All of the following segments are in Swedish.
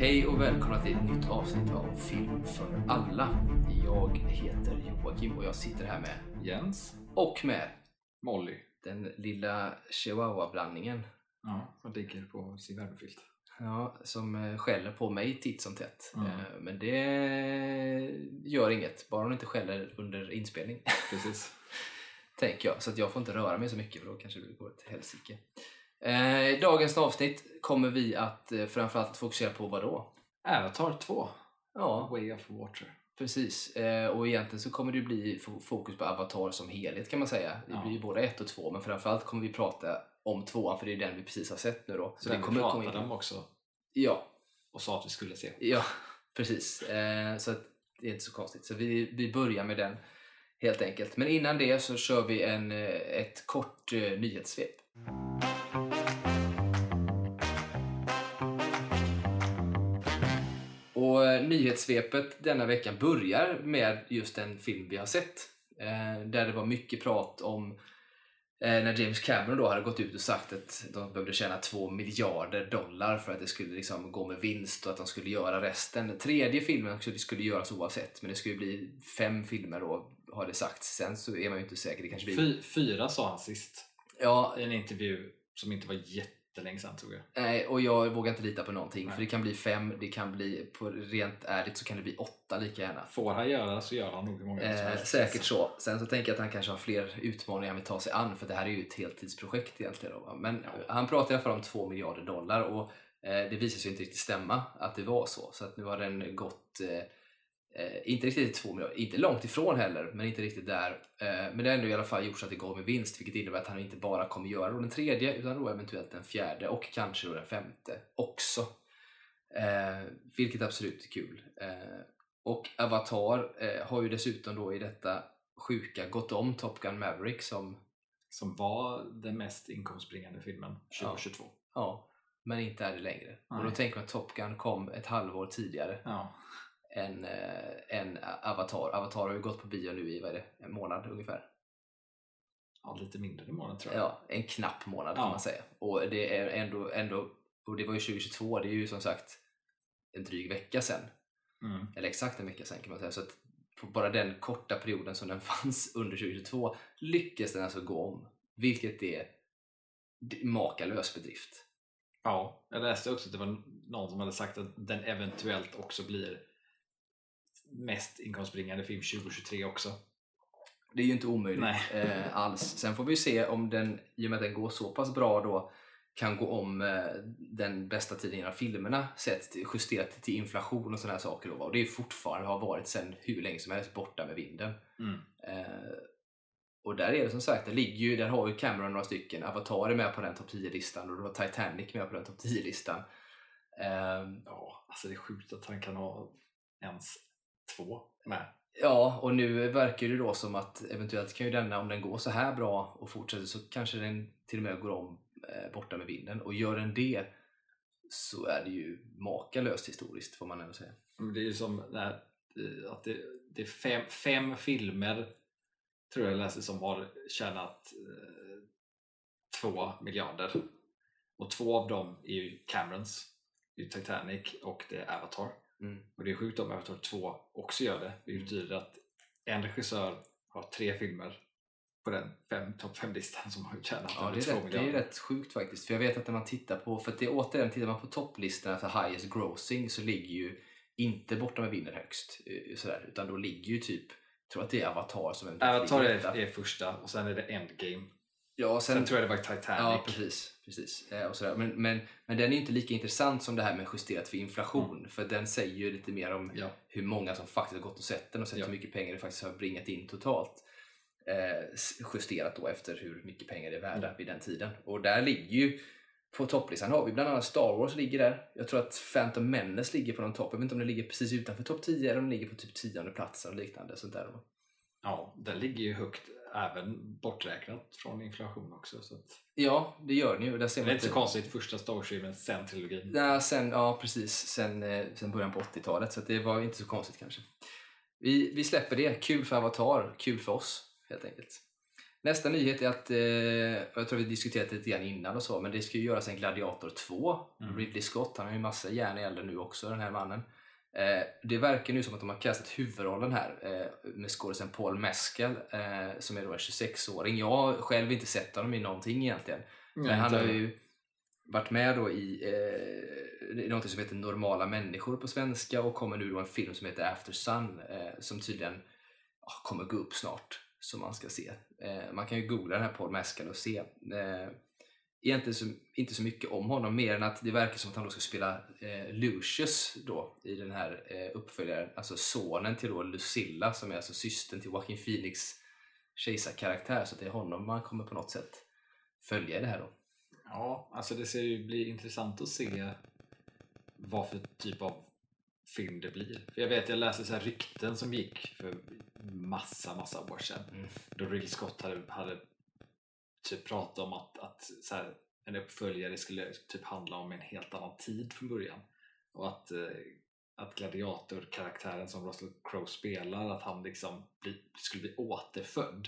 Hej och välkomna till ett nytt avsnitt av Film för alla. Jag heter Joakim och jag sitter här med Jens och med Molly. Den lilla chihuahua-blandningen. Ja, som ligger på sin värmefilt. Ja, som skäller på mig titt som tätt. Men det gör inget, bara hon inte skäller under inspelning. Precis. Tänker jag, så att jag får inte röra mig så mycket för då kanske det går till helsike. Dagens avsnitt kommer vi att framförallt fokusera på vad då? Avatar 2. Ja, Way of Water. precis. Och egentligen så kommer det bli fokus på Avatar som helhet kan man säga. Det blir ju både 1 och 2, men framförallt kommer vi prata om 2 för det är den vi precis har sett nu då. Så den vi pratade om också. Ja. Och sa att vi skulle se. Ja, precis. Så att det är inte så konstigt. Så vi börjar med den helt enkelt. Men innan det så kör vi ett kort nyhetssvep. Och nyhetssvepet denna veckan börjar med just en film vi har sett. Där det var mycket prat om när James Cameron då hade gått ut och sagt att de behövde tjäna $2 miljarder för att det skulle liksom gå med vinst och att de skulle göra resten. Tredje filmen skulle göras oavsett, men det skulle bli 5 filmer då har det sagts. Sen så är man ju inte säker, det kanske blir 4 sa han sist. Ja, i en intervju som inte var jättelänge sedan tror jag. Nej, och jag vågar inte lita på någonting. Nej. För det kan bli 5, det kan bli, på rent ärligt så kan det bli 8 lika gärna. Får han göra så gör han nog många säkert så. Sen så tänker jag att han kanske har fler utmaningar han vill ta sig an, för det här är ju ett heltidsprojekt egentligen då. Men han pratar i alla fall om $2 miljarder och det visar sig inte riktigt stämma att det var så. Så att nu har den gått inte riktigt 2 miljarder, inte långt ifrån heller, men inte riktigt där. Men det har ändå i alla fall gjort så att det går med vinst, vilket innebär att han inte bara kommer göra då den tredje utan då eventuellt den fjärde och kanske då den femte också. Vilket absolut är kul. Och Avatar har ju dessutom då i detta sjuka gått om Top Gun Maverick som var den mest inkomstbringande filmen 2022. Ja, men inte är det längre. Nej. Och då tänker man att Top Gun kom ett halvår tidigare. Ja. En Avatar. Avatar har ju gått på bio nu i en månad ungefär. Ja, lite mindre än en månad tror jag. Ja, en knapp månad kan man säga. Och det är ändå och det var ju 2022, det är ju som sagt en dryg vecka sedan. Eller exakt en vecka sedan kan man säga. Så att på bara den korta perioden som den fanns under 2022 lyckades den alltså gå om. Vilket är makalös bedrift. Ja, jag läste också att det var någon som hade sagt att den eventuellt också blir mest inkomstbringande film 2023 också. Det är ju inte omöjligt alls. Sen får vi se om den, i och med att den går så pass bra då, kan gå om den bästa tiden av filmerna sett justerat till inflation och sådana här saker då. Och det är fortfarande har varit sedan hur länge som helst borta med vinden. Och där är det som sagt, där har ju Cameron några stycken. Avatar är med på den topp 10-listan och då har Titanic med på den topp 10-listan. Ja, alltså det är sjukt att han kan ha ens 2 med. Ja, och nu verkar det då som att eventuellt kan ju denna, om den går så här bra och fortsätter, så kanske den till och med går om borta med vinden. Och gör den det så är det ju makalöst historiskt, får man ändå säga. Det är ju som att det är 5 filmer tror jag läste som har tjänat 2 miljarder. Och 2 av dem är ju Camerons. Det är Titanic och det är Avatar. Och det är sjukt om Avatar 2 också gör det. Det betyder att en regissör har 3 filmer på den topp 5-listan som har tjänat 2 miljarder. Det är rätt sjukt faktiskt. För jag vet att när man tittar på, för att det återigen, tittar man på topplistorna för highest grossing så ligger ju inte borta med vinden högst sådär, utan då ligger ju typ, jag tror att det är Avatar som Avatar är första och sen är det Endgame. Ja, sen tror jag det var Titanic. Ja, precis. Och sådär. Men den är ju inte lika intressant som det här med justerat för inflation. För den säger ju lite mer om hur många som faktiskt har gått och sett den och sett hur mycket pengar det faktiskt har bringat in totalt. Justerat då efter hur mycket pengar det är värda vid den tiden. Och där ligger ju på topplistan har vi bland annat Star Wars ligger där. Jag tror att Phantom Menace ligger på någon topp. Jag vet inte om den ligger precis utanför topp 10 eller om den ligger på typ 10:e platsen och liknande. Sånt där. Ja, den ligger ju högt även borträknat från inflation också. Så att... Ja, det gör den ju. Där ser man det är inte så konstigt, första Star Wars-filmen sen trilogin. Ja, precis. Sen början på 80-talet. Så att det var inte så konstigt kanske. Vi släpper det. Kul för Avatar, kul för oss helt enkelt. Nästa nyhet är att, jag tror vi diskuterat det lite grann innan och så, men det ska ju göras en Gladiator 2. Ridley Scott, han har ju massa järn i elden nu också, den här mannen. Det verkar nu som att de har kastat huvudrollen här med skådespelaren Paul Mescal, som är då en 26-åring. Jag har själv inte sett honom i någonting egentligen. Men han har ju varit med då i något som heter Normala människor på svenska, och kommer nu då en film som heter After Sun, som tydligen kommer gå upp snart, som man ska se. Man kan ju googla den här Paul Mescal och se. Egentligen inte så mycket om honom, mer än att det verkar som att han då ska spela Lucius då i den här uppföljaren, alltså sonen till då Lucilla, som är alltså systern till Joaquin Phoenix kejsarkaraktär, så det är honom man kommer på något sätt följa i det här då. Ja, alltså det blir intressant att se vad för typ av film det blir. För jag läste så här rykten som gick för massa år sedan. Då Ridley Scott hade typ pratat om att så här, en uppföljare skulle typ handla om en helt annan tid från början. Och att gladiatorkaraktären som Russell Crowe spelar, att han liksom skulle bli återfödd.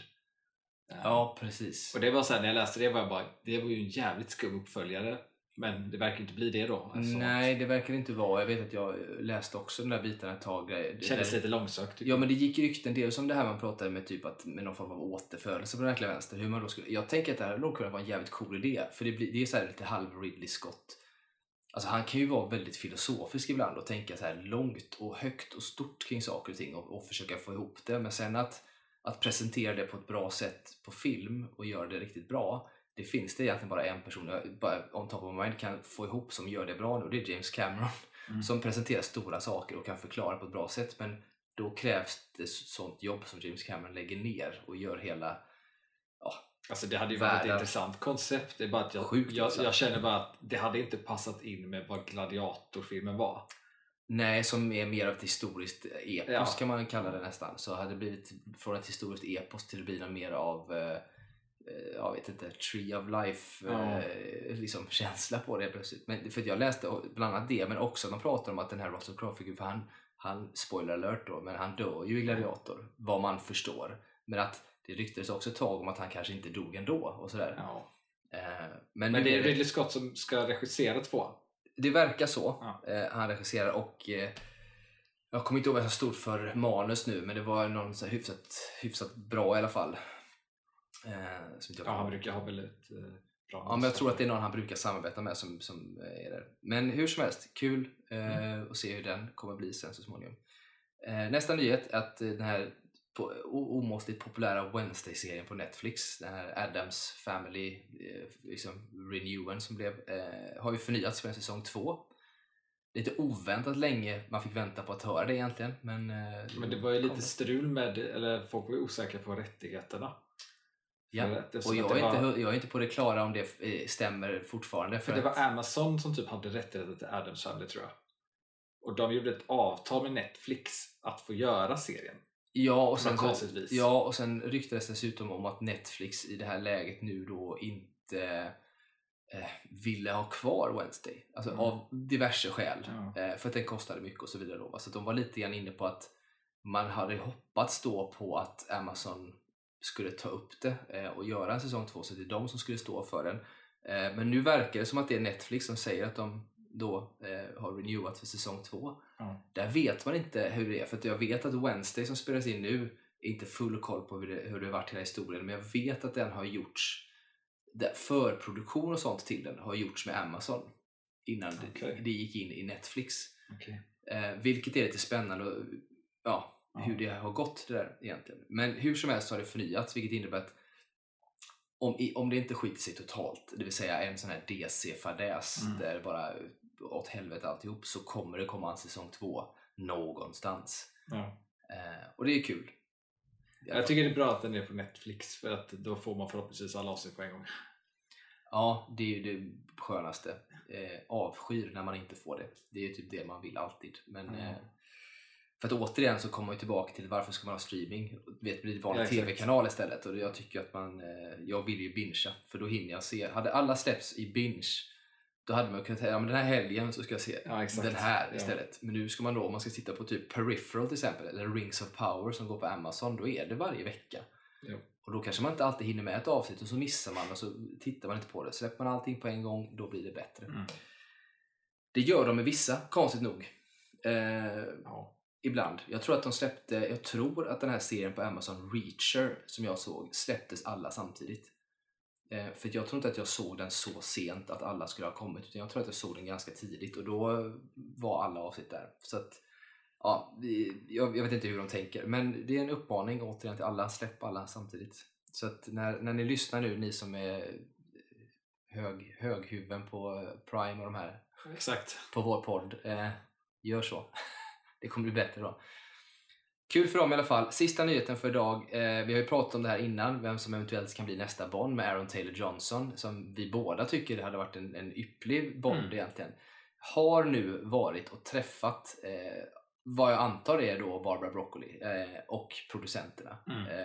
Ja, precis. Och det var så här, när jag läste det var jag bara, det var ju en jävligt skum uppföljare. Men det verkar inte bli det då. Alltså. Nej, det verkar inte vara. Jag vet att jag läste också den där biten ett tag. Det kändes lite långsökt. Ja, men det gick rykten del som det här man pratade med, typ att med någon form av återfödelse på den verkliga vänster. Hur man då skulle, jag tänker att det här nog kunde vara en jävligt cool idé. För det är så här lite halv Ridley Scott. Alltså han kan ju vara väldigt filosofisk ibland och tänka så här långt och högt och stort kring saker och ting och försöka få ihop det. Men sen att presentera det på ett bra sätt på film och göra det riktigt bra, det finns det egentligen bara en person bara on top of my mind kan få ihop som gör det bra nu, och det är James Cameron som presenterar stora saker och kan förklara på ett bra sätt. Men då krävs det sånt jobb som James Cameron lägger ner och gör hela alltså det hade ju varit ett intressant koncept. Det är bara att jag känner bara att det hade inte passat in med vad gladiatorfilmen var. Nej, som är mer av ett historiskt epos kan man kalla det nästan. Så hade det blivit från ett historiskt epos till att bli mer av jag vet inte, Tree of Life liksom känsla på det plötsligt. Men för att jag läste bland annat det, men också de pratar om att den här Russell Crowe-figuren, för han spoiler alert då, men han dör ju i Gladiator, vad man förstår. Men att det ryktades också ett tag om att han kanske inte dog ändå och sådär. Ja. Men det är Ridley Scott som ska regissera 2. Det verkar så. Han regisserar, och jag kommer inte ihåg vad jag stod för manus nu, men det var någon så här hyfsat bra i alla fall. Han brukar ha väldigt bra. Ja, men jag tror att det är någon han brukar samarbeta med som är där. Men hur som helst, kul att se hur den kommer bli sen så småningom. Nästa nyhet är att den här omåttligt populära Wednesday-serien på Netflix, den här Addams Family liksom renewen som blev, har ju förnyats för en säsong 2. Lite oväntat länge man fick vänta på att höra det egentligen, men det var ju lite strul med, eller folk var ju osäkra på rättigheterna. Ja, och jag är inte på det klara om det stämmer fortfarande. För det var Amazon som typ hade rättigheter till Addams Family, tror jag. Och de gjorde ett avtal med Netflix att få göra serien. Och sen ryktades dessutom om att Netflix i det här läget nu då inte ville ha kvar Wednesday. Alltså av diverse skäl. För att den kostade mycket och så vidare då. Så de var lite grann inne på att man hade hoppats då på att Amazon skulle ta upp det och göra en säsong 2, så det är de som skulle stå för den. Men nu verkar det som att det är Netflix som säger att de då har renewat för säsong 2. Där vet man inte hur det är, för att jag vet att Wednesday som spelas in nu är inte full koll på hur det har varit hela historien, men jag vet att den har gjorts, förproduktion och sånt till den har gjorts med Amazon innan det gick in i Netflix. Vilket är lite spännande och hur det har gått det där egentligen. Men hur som helst har det förnyats, vilket innebär att om det inte skiter sig totalt, det vill säga en sån här DC-fadäs där det bara åt helvete alltihop, så kommer det komma en säsong 2 någonstans. Och det är kul. Jag tycker det är bra att den är på Netflix, för att då får man förhoppningsvis alla avsnitt på en gång. Ja, det är ju det skönaste. Avskyr när man inte får det. Det är ju typ det man vill alltid. Men för att återigen så kommer man tillbaka till varför ska man ha streaming? Det blir en vanlig tv-kanal istället. Och jag tycker att jag vill ju bingea, för då hinner jag se. Hade alla släppts i binge, då hade man kunnat säga, men den här helgen så ska jag se den här istället. Men nu ska man då, om man ska titta på typ Peripheral till exempel, eller Rings of Power som går på Amazon, då är det varje vecka. Ja. Och då kanske man inte alltid hinner med ett avsnitt och så missar man och så tittar man inte på det. Släpper man allting på en gång, då blir det bättre. Det gör de med vissa, konstigt nog. Ibland. Jag tror att den här serien på Amazon, Reacher, som jag såg, släpptes alla samtidigt. För jag tror inte att jag såg den så sent att alla skulle ha kommit, utan jag tror att jag såg den ganska tidigt och då var alla avsnitt där. Så att, ja, jag vet inte hur de tänker, men det är en uppmaning återigen till alla, släpp alla samtidigt. Så att när ni lyssnar nu, ni som är höghuven på Prime och de här, Exakt. på vår podd, gör så. Det kommer bli bättre då. Kul för dem i alla fall. Sista nyheten för idag. Vi har ju pratat om det här innan, vem som eventuellt kan bli nästa Bond med Aaron Taylor-Johnson, som vi båda tycker hade varit en ypplig Bond egentligen. Har nu varit och träffat vad jag antar är då Barbara Broccoli och producenterna.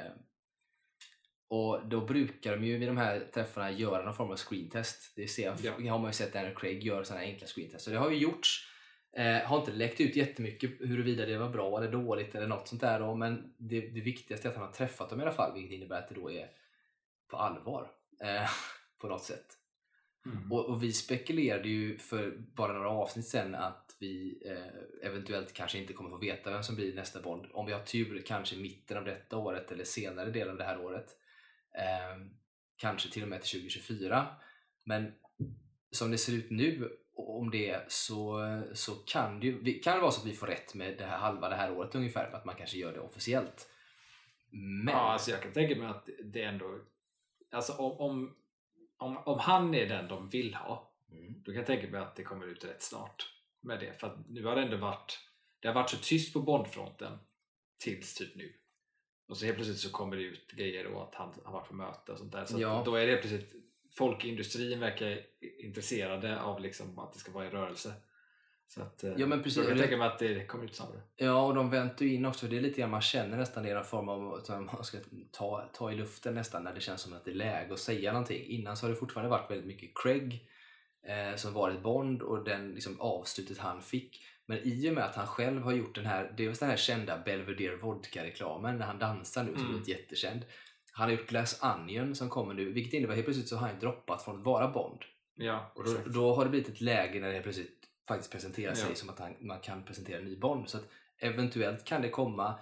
Och då brukar de ju vid de här träffarna göra någon form av screentest. Det har man ju sett Daniel Craig göra sådana enkla screentest. Så det har ju gjorts. Har inte läckt ut jättemycket huruvida det var bra eller dåligt eller något sånt där då, men det viktigaste är att han har träffat dem i alla fall, vilket innebär att det då är på allvar på något sätt. Och vi spekulerade ju för bara några avsnitt sedan att vi eventuellt kanske inte kommer få veta vem som blir nästa Bond, om vi har tur kanske i mitten av detta året eller senare del av det här året, kanske till och med till 2024, men som det ser ut nu, om det så kan det vara så att vi får rätt med det här halva det här året ungefär, för att man kanske gör det officiellt. Men ja, alltså jag kan tänka mig att det ändå, alltså om han är den de vill ha, då kan jag tänka mig att det kommer ut rätt snart med det, för att nu har det ändå varit så tyst på Bondfronten tills typ nu, och så helt plötsligt så kommer det ut grejer då att han har varit på möte och sånt där, så då är det plötsligt folk i industrin verkar intresserade av liksom att det ska vara i rörelse. Så att, men precis, jag tänker mig att det kommer ut snabbare. Ja, och de väntar ju in också. Det är lite grann, man känner nästan det är en form av att man ska ta i luften nästan, när det känns som att det är läge att säga någonting. Innan så har det fortfarande varit väldigt mycket Craig som varit Bond och den liksom avslutet han fick. Men i och med att han själv har gjort den här kända Belvedere Vodka-reklamen när han dansar nu, som blivit jättekänd. Han har gjort Glass Onion som kommer nu, vilket innebär helt plötsligt så har han droppat från att vara Bond. Ja, och då har det blivit ett läge när det helt plötsligt faktiskt presenterar sig som att man kan presentera en ny Bond. Så att eventuellt kan det komma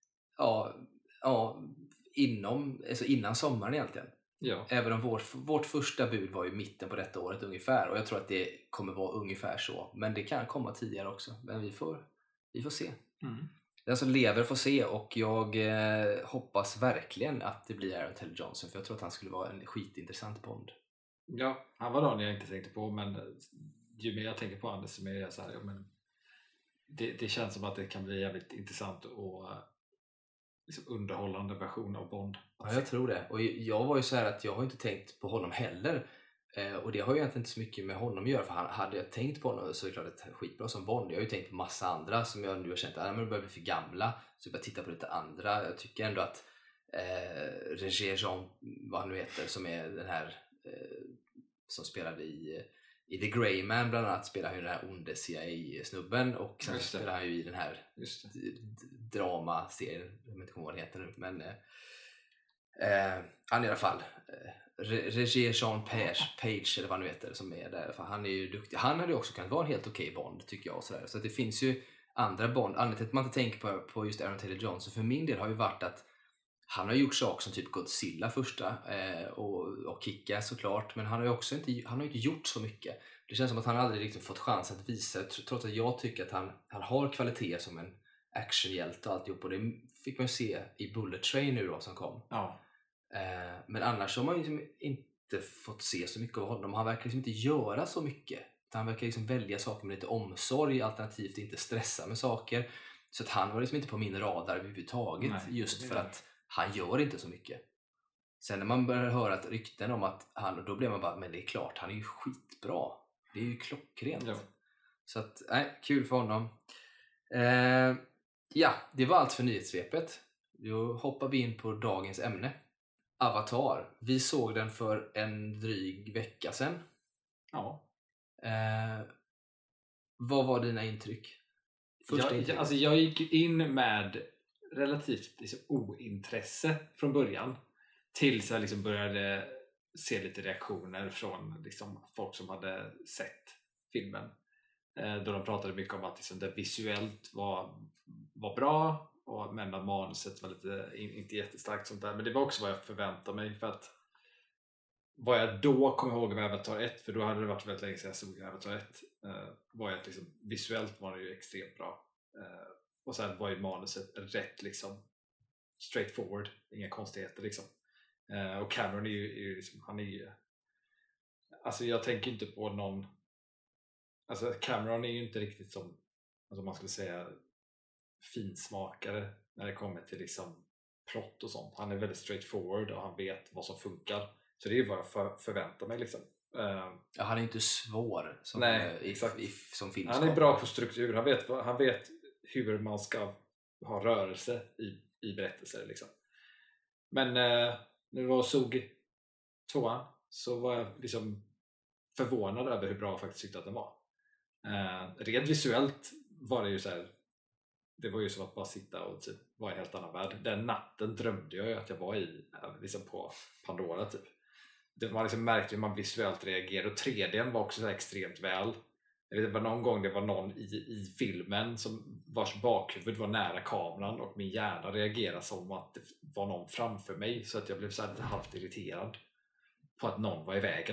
innan sommaren egentligen. Ja. Även om vårt första bud var ju mitten på detta året ungefär, och jag tror att det kommer vara ungefär så, men det kan komma tidigare också, men vi får se. Den som lever får se, och jag hoppas verkligen att det blir Aaron Taylor-Johnson, för jag tror att han skulle vara en skitintressant Bond. Ja, han var någon jag inte tänkte på, men ju mer jag tänker på Anders, så är jag så här, men det känns som att det kan bli jävligt intressant och liksom underhållande version av Bond. Ja, jag tror det. Och jag var ju så här att jag har inte tänkt på honom heller. Och det har ju egentligen inte så mycket med honom att göra, för hade jag tänkt på honom så är det klart att det är skitbra som Bond. Jag har ju tänkt på massa andra som jag nu har känt att de börjar bli för gamla, så jag börjar titta på lite andra. Jag tycker ändå att Roger Jean, vad han nu heter, som är den här som spelade i The Grey Man bland annat, spelar han ju den här onde CIA-snubben, och sen spelar han ju i den här dramaserien, jag vet inte vad den heter nu, men han i alla fall Roger Jean Page eller vad han nu heter, som är där, för han är ju duktig. Han hade ju också kunnat vara en helt okej Bond, tycker jag, så det finns ju andra Bond. Anledningen till att man inte tänker på just Aaron Taylor-Johnson för min del har ju varit att han har gjort saker som typ Godzilla första och Kick-Ass såklart, men han har ju inte gjort så mycket. Det känns som att han aldrig riktigt fått chans att visa, trots att jag tycker att han har kvalitet som en actionhjälte och alltihop, och det fick man se i Bullet Train nu då som kom. Ja. Men annars har man liksom inte fått se så mycket av honom. Han verkar liksom inte göra så mycket. Han verkar liksom välja saker med lite omsorg, alternativt inte stressa med saker. Så att han var liksom inte på min radar överhuvudtaget. Nej, just för att han gör inte så mycket. Sen när man börjar höra ett rykten om att då blir man bara, men det är klart, han är ju skitbra. Det är ju klockrent. Ja. Så att, kul för honom. Ja, det var allt för nyhetssvepet. Då hoppar vi in på dagens ämne. Avatar. Vi såg den för en dryg vecka sedan. Ja. Vad var dina intryck? Jag gick in med relativt liksom, ointresse från början. tills jag liksom började se lite reaktioner från liksom folk som hade sett filmen, då de pratade mycket om att liksom det visuellt var bra, men att manuset var lite inte jättestarkt sånt där. Men det var också vad jag förväntade mig, för att vad jag då kom ihåg med Avatar 1, för då hade det varit väldigt länge sedan jag såg Avatar 1, var att liksom, visuellt var det ju extremt bra, och sen var ju manuset rätt liksom straightforward, inga konstigheter liksom. Och Cameron är ju liksom, han är ju, alltså jag tänker inte på någon, alltså Cameron är ju inte riktigt som, alltså man skulle säga, finsmakare när det kommer till liksom plott och sånt. Han är väldigt straightforward och han vet vad som funkar, så det är vad jag förväntar mig liksom. Ja, han är inte svår som, som filmskapare. Han är bra på struktur, han vet hur man ska ha rörelse i berättelser liksom. Men när jag såg 2:an så var jag liksom förvånad över hur bra jag faktiskt tyckte att den var. Rent visuellt var det ju så här, det var ju som att bara sitta och typ vara i en helt annan värld. Den natten drömde jag ju att jag var i liksom på Pandora typ. Man liksom märkte hur man visuellt reagerade, och 3D:n var också så här extremt väl. Det var någon gång det var någon i filmen som vars bakhuvud var nära kameran, och min hjärna reagerade som att det var någon framför mig, så att jag blev så här lite halvt irriterad på att någon var i vägen.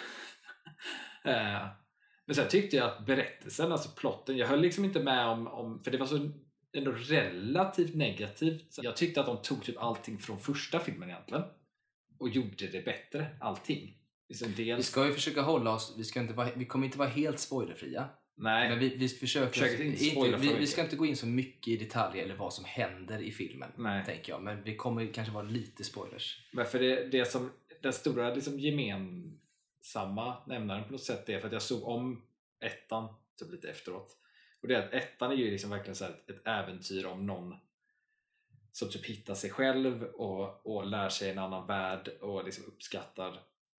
Men sen tyckte jag att berättelsen, alltså plotten, jag höll liksom inte med om för det var så ändå relativt negativt. Jag tyckte att de tog typ allting från första filmen egentligen och gjorde det bättre, allting. Vi ska ju försöka hålla oss, vi kommer inte vara helt spoilerfria. Nej. Men vi vi ska inte gå in så mycket i detaljer eller vad som händer i filmen. Nej. Tänker jag, men det kommer kanske vara lite spoilers. Men för det som den stora liksom gemensamma nämnaren på något sätt är, för att jag såg om 1:an typ lite efteråt, och det är att 1:an är ju liksom verkligen så här ett äventyr om någon som typ hittar sig själv och lär sig en annan värld och liksom uppskattar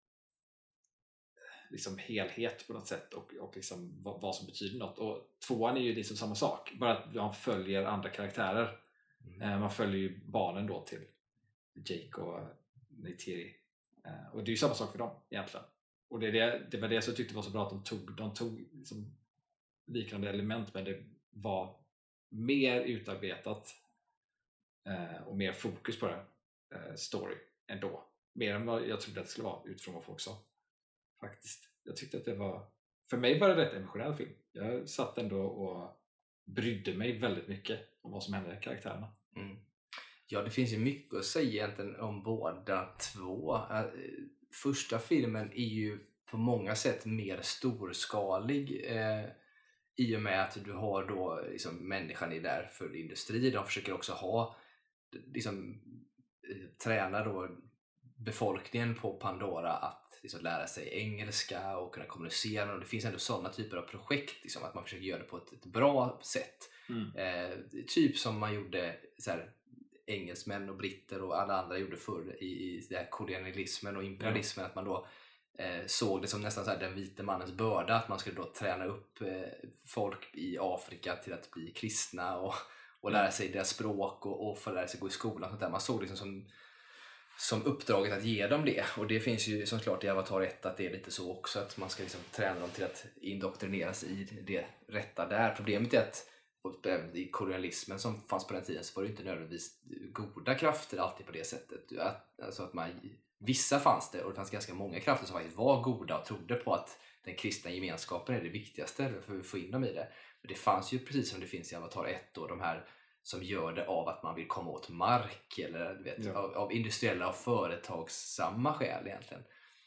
liksom helhet på något sätt, och liksom vad som betyder något. Och 2:an är ju liksom samma sak, bara att man följer andra karaktärer. Man följer ju barnen då till Jake och Neytiri, och det är ju samma sak för dem egentligen. Och det var det som jag tyckte var så bra, att de tog liksom liknande element, men det var mer utarbetat och mer fokus på det story ändå, mer än vad jag trodde att det skulle vara utifrån vad folk sa. Faktiskt. Jag tyckte att det var, för mig var det rätt emotionell film. Jag satt ändå och brydde mig väldigt mycket om vad som hände med karaktärerna. Ja, det finns ju mycket att säga egentligen om båda två. Första filmen är ju på många sätt mer storskalig, i och med att du har då liksom, människan är där för industri. De försöker också ha liksom, träna då befolkningen på Pandora att liksom lära sig engelska och kunna kommunicera, och det finns ändå sådana typer av projekt, liksom, att man försöker göra det på ett bra sätt. Typ som man gjorde så här, engelsmän och britter och alla andra gjorde förr i det här kolonialismen och imperialismen, att man då såg det som nästan så här den vite mannens börda, att man skulle då träna upp folk i Afrika till att bli kristna och lära sig deras språk och få lära sig gå i skolan. Sånt där. Man såg liksom som uppdraget att ge dem det, och det finns ju som klart i Avatar 1 att det är lite så också, att man ska liksom träna dem till att indoktrineras i det rätta där. Problemet är att i kolonialismen som fanns på den tiden så var det inte nödvändigtvis goda krafter alltid på det sättet. Alltså att vissa fanns det, och det fanns ganska många krafter som faktiskt var goda och trodde på att den kristna gemenskapen är det viktigaste för att få in dem i det. Men det fanns ju, precis som det finns i Avatar 1 då, de här som gör det av att man vill komma åt mark eller du vet, av industriella och företagsamma skäl egentligen.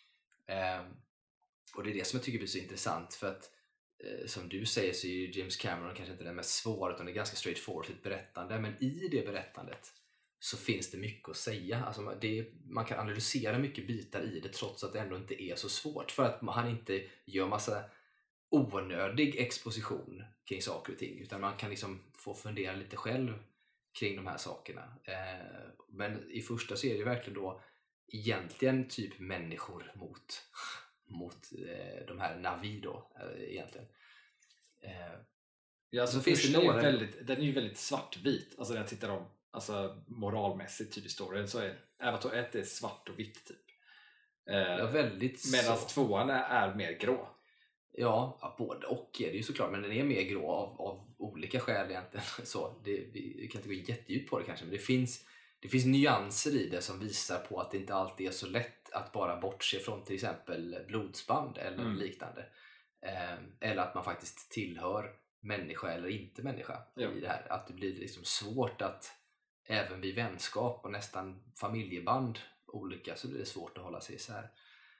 Och det är det som jag tycker blir så intressant, för att som du säger så är ju James Cameron kanske inte den mest svåra, utan det är ganska straightforward ett berättande, men i det berättandet så finns det mycket att säga. Alltså man kan analysera mycket bitar i det trots att det ändå inte är så svårt, för att han inte gör massa onödig exposition kring saker och ting, utan man kan liksom få fundera lite själv kring de här sakerna. Men i första så är det verkligen då egentligen typ människor mot de här Navi då egentligen. Ja, alltså finns det den är ju väldigt svartvit, alltså när jag tittar om. alltså moralmässigt typ i storyn, så är Avatar 1 är svart och vitt typ. Väldigt Medan så. 2:an är mer grå. Ja, både och är det ju såklart, men den är mer grå av olika skäl egentligen. Så vi kan inte gå jättedjupt på det kanske, men det finns nyanser i det som visar på att det inte alltid är så lätt att bara bortse från till exempel blodsband eller liknande. Eller att man faktiskt tillhör människa eller inte människa i det här. Att det blir liksom svårt att även vid vänskap och nästan familjeband olika, så blir det svårt att hålla sig isär.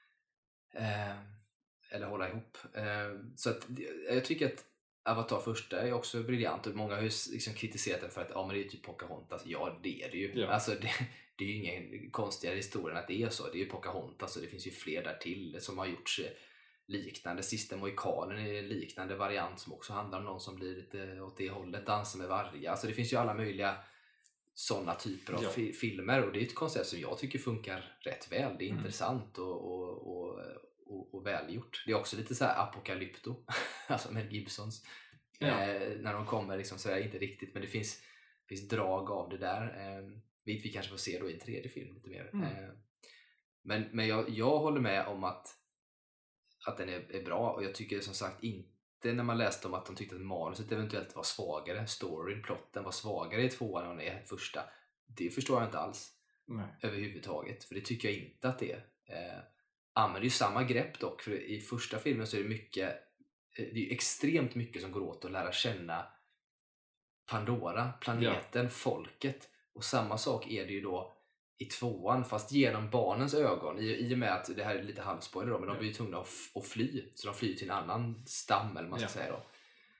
Eller hålla ihop. Så att, jag tycker att Avatar första är också briljant, och många har ju liksom kritiserat den för att men det är ju typ Pocahontas. Ja, det är det ju. Alltså, det är ju ingen konstigare historia än att det är så. Det är ju Pocahontas, och det finns ju fler där till som har gjorts liknande. Sista Mohikanen är en liknande variant som också handlar om någon som blir lite åt det hållet, dansa med vargar. Alltså det finns ju alla möjliga sådana typer av filmer, och det är ett koncept som jag tycker funkar rätt väl. Det är intressant och välgjort. Det är också lite så här apokalypto, alltså Mel Gibsons när de kommer liksom så här, inte riktigt, men det finns drag av det där. Vi kanske får se då i en tredje film lite mer. Men jag håller med om att den är bra, och jag tycker som sagt inte, när man läste om att de tyckte att manuset eventuellt var svagare, storyn, plotten var svagare i 2:an än den är i första. Det förstår jag inte alls överhuvudtaget, för det tycker jag inte att det är. Använder ju samma grepp dock, för i första filmen så är det är extremt mycket som går åt att lära känna Pandora, planeten, folket, och samma sak är det ju då i 2:an, fast genom barnens ögon, i och med att det här är lite halvspoiler då, men de blir ju tvungna att fly, så de flyr till en annan stam, eller man ska säga då,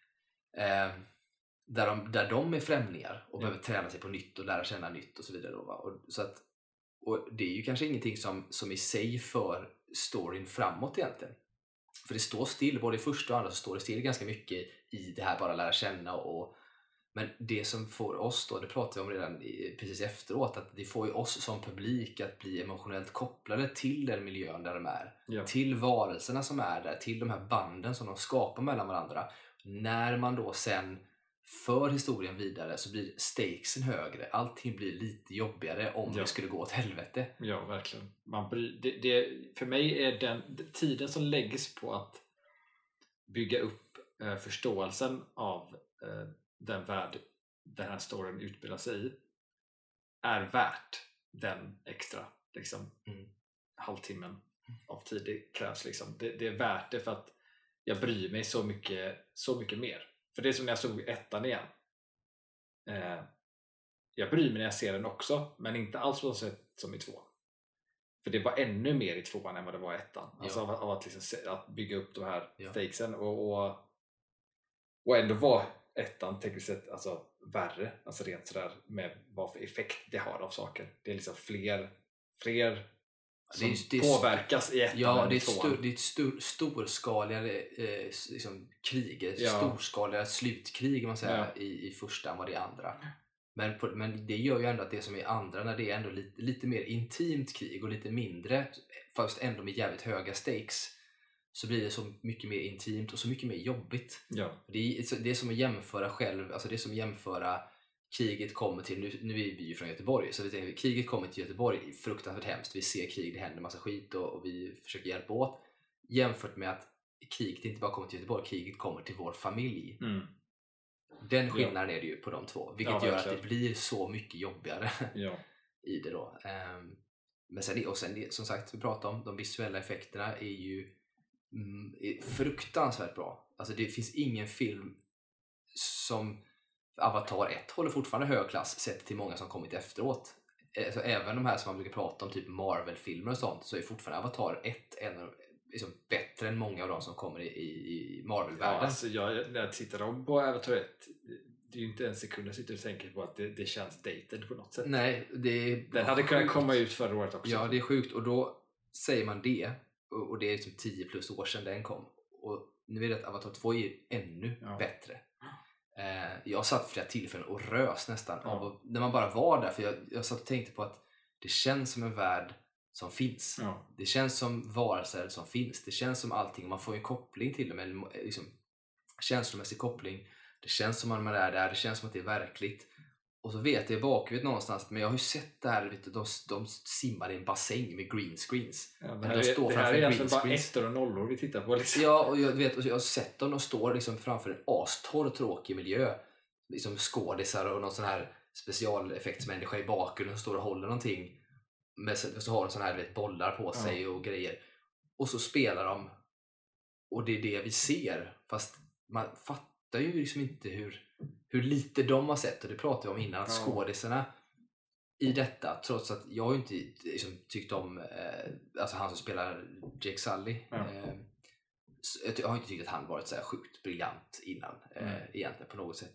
där de är främlingar och behöver träna sig på nytt och lära känna nytt och så vidare då, va? Och det är ju kanske ingenting som i sig för storyn framåt egentligen. För det står still, både i första och andra så står det still ganska mycket i det här bara lära känna. Men det som får oss då, det pratade vi om redan precis efteråt, att det får ju oss som publik att bli emotionellt kopplade till den miljön där de är. Till varelserna som är där, till de här banden som de skapar mellan varandra. När man då sen för historien vidare så blir stakesen högre. Allting blir lite jobbigare om det skulle gå åt helvete. Ja, verkligen. För mig är den tiden som läggs på att bygga upp förståelsen av den värld den här storyn utspelar sig i är värt den extra liksom, halvtimmen av tid det krävs. Liksom. Det är värt det, för att jag bryr mig så mycket mer. För det är som när jag såg ettan igen. Jag bryr mig när jag ser den också, men inte alls på så sätt som i 2:an. För det var ännu mer i 2:an än vad det var i ettan. Alltså av att, liksom, att bygga upp de här stakesen och ändå var ettan tekniskt sett alltså värre, alltså rent sådär med vad för effekt det har av saker. Det är liksom fler som påverkas i ettan. Ja, det är ett storskaligare liksom, krig, storskaliga slutkrig man säger, i första än vad det är andra. Men det gör ju ändå att det som är andra, när det är ändå lite mer intimt krig och lite mindre, fast ändå med jävligt höga stakes, så blir det så mycket mer intimt och så mycket mer jobbigt. Det är som att jämföra själv, alltså det är som att jämföra kriget kommer till, nu är vi ju från Göteborg, så vi tänker kriget kommer till Göteborg, fruktansvärt hemskt, vi ser krig, det händer massa skit och vi försöker hjälpa åt, jämfört med att kriget inte bara kommer till Göteborg, kriget kommer till vår familj. Den skillnaden är det ju på de två, vilket gör att det blir så mycket jobbigare i det då. Men sen som sagt, vi pratar om de visuella effekterna är ju fruktansvärt bra. Alltså det finns ingen film som Avatar 1 håller fortfarande hög klass sett till många som kommit efteråt. Alltså även de här som man brukar prata om, typ Marvel-filmer och sånt, så är fortfarande Avatar 1 liksom bättre än många av de som kommer i Marvel-världen. Alltså när jag tittar om på Avatar 1, det är ju inte en sekund jag sitter och tänker på att det känns dated på något sätt. Nej, den hade kunnat komma ut förra året också. Ja, det är sjukt, och då säger man det, och det är liksom 10 plus år sedan den kom, och nu är det att Avatar 2 är ännu bättre. Jag satt flera tillfällen och rös nästan när man bara var där, för jag satt och tänkte på att det känns som en värld som finns. Det känns som varelser som finns. Det känns som allting, man får en koppling till dem, en liksom, känslomässig koppling. Det känns som att man är där, det känns som att det är verkligt. Och så vet jag i bakhuvudet någonstans, men jag har ju sett det här, vet du, de simmar i en bassäng med green screens. Ja, Men de står det framför här är green egentligen bara screens. ettor och nollor vi tittar på. Liksom. Ja, och jag har sett dem, de står liksom framför en astorr tråkig miljö. Liksom skådisar och någon sån här specialeffektsmänniska i bakgrunden som står och håller någonting. Men så har de sån här, vet, bollar på sig och grejer. Och så spelar de. Och det är det vi ser. Fast man fattar ju liksom inte hur lite de har sett. Och det pratade vi om innan. Att skådisarna i detta, trots att jag inte liksom tyckt om alltså han som spelar Jake Sully. Jag har inte tyckt att han varit så här sjukt briljant innan egentligen på något sätt.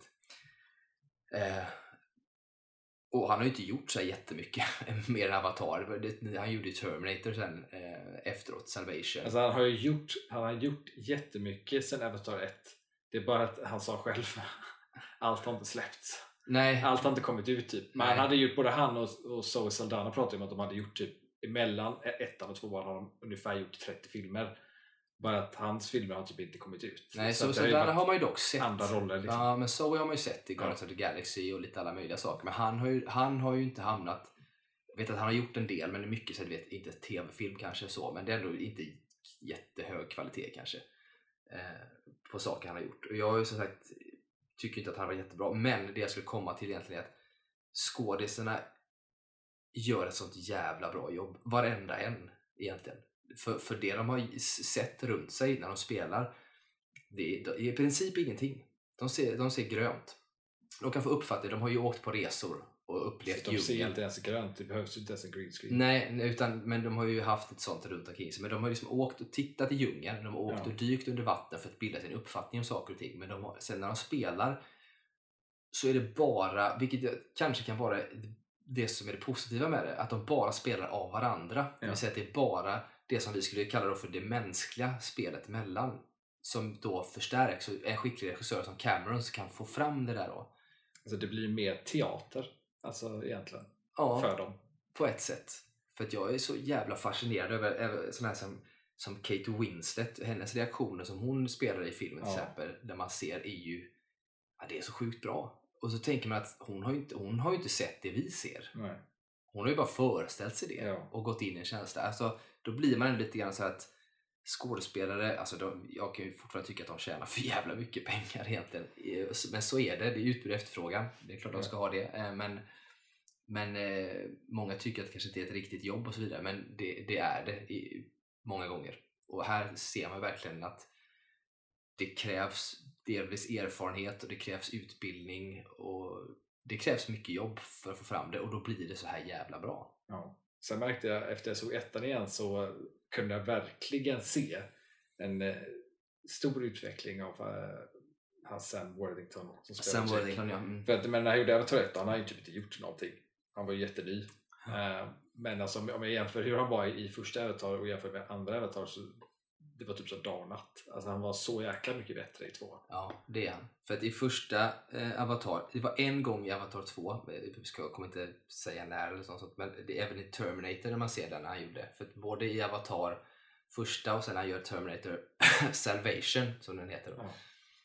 Och han har ju inte gjort så här jättemycket mer än Avatar. Han gjorde ju Terminator sen efteråt, Salvation. Alltså han har gjort jättemycket sen Avatar 1. Det är bara att han sa själv allt har inte släppts. Nej. Allt har inte kommit ut typ. Men han hade gjort, både han och Zoe Saldana pratade om att de hade gjort typ emellan ettan och tvåan har de ungefär gjort 30 filmer. Bara att hans filmer har typ inte kommit ut. Nej, så där har man ju dock sett andra roller liksom. Ja, men Zoe har man ju sett i Guardians of the Galaxy och lite alla möjliga saker. Men han har ju inte hamnat. Jag vet att han har gjort en del, men det är mycket så jag vet inte tv-film kanske så, men det är ändå inte jättehög kvalitet kanske på saker han har gjort. Och jag har ju som sagt tycker inte att han var jättebra, men det jag skulle komma till egentligen är att skådisarna gör ett sånt jävla bra jobb, varenda en egentligen. För det de har sett runt sig när de spelar, det är i princip ingenting. De ser grönt. De kan få uppfattning, de har ju åkt på resor och upplevt djungeln. De ser inte ens grönt, det behövs inte ens en green screen. Nej, men de har ju haft ett sånt runt omkring sig. Men de har liksom åkt och tittat i djungeln, de har åkt och dykt under vatten för att bilda sin uppfattning om saker och ting. Men sen när de spelar så är det bara, vilket kanske kan vara det som är det positiva med det, att de bara spelar av varandra. Det vill säga att det är bara det som vi skulle kalla då för det mänskliga spelet mellan som då förstärks, och en skicklig regissör som Cameron kan få fram det där då. Alltså det blir mer teater alltså egentligen för dem. På ett sätt. För att jag är så jävla fascinerad över sådana här som Kate Winslet, hennes reaktioner som hon spelar i filmen till exempel, där man ser är ju det är så sjukt bra. Och så tänker man att hon har ju inte sett det vi ser. Nej. Hon har ju bara föreställt sig det och gått in i en känsla. Alltså, då blir man lite grann så att skådespelare, alltså jag kan ju fortfarande tycka att de tjänar för jävla mycket pengar egentligen. Men så är det är utbud och efterfrågan. Det är klart de ska ha det. Men många tycker att det kanske inte är ett riktigt jobb och så vidare. Men det är det många gånger. Och här ser man verkligen att det krävs delvis erfarenhet och det krävs utbildning och det krävs mycket jobb för att få fram det, och då blir det så här jävla bra. Ja. Sen märkte jag efter jag såg ettan igen så kunde jag verkligen se en stor utveckling av hans Sam Worthington som Sam Worthington, ja. För att, men när jag gjorde Avatar 1, han har ju typ inte gjort någonting. Han var ju jätteny. Men alltså, om jag jämför hur han var i första Avatar och jämför med andra Avatar, så det var typ så dag och natt. Alltså han var så jäkla mycket bättre i 2. Ja, det är han. För att i första Avatar, det var en gång i Avatar 2, jag kommer inte säga när eller sånt, men det är även i Terminator när man ser den han gjorde. För att både i Avatar första och sen när han gör Terminator Salvation, som den heter då,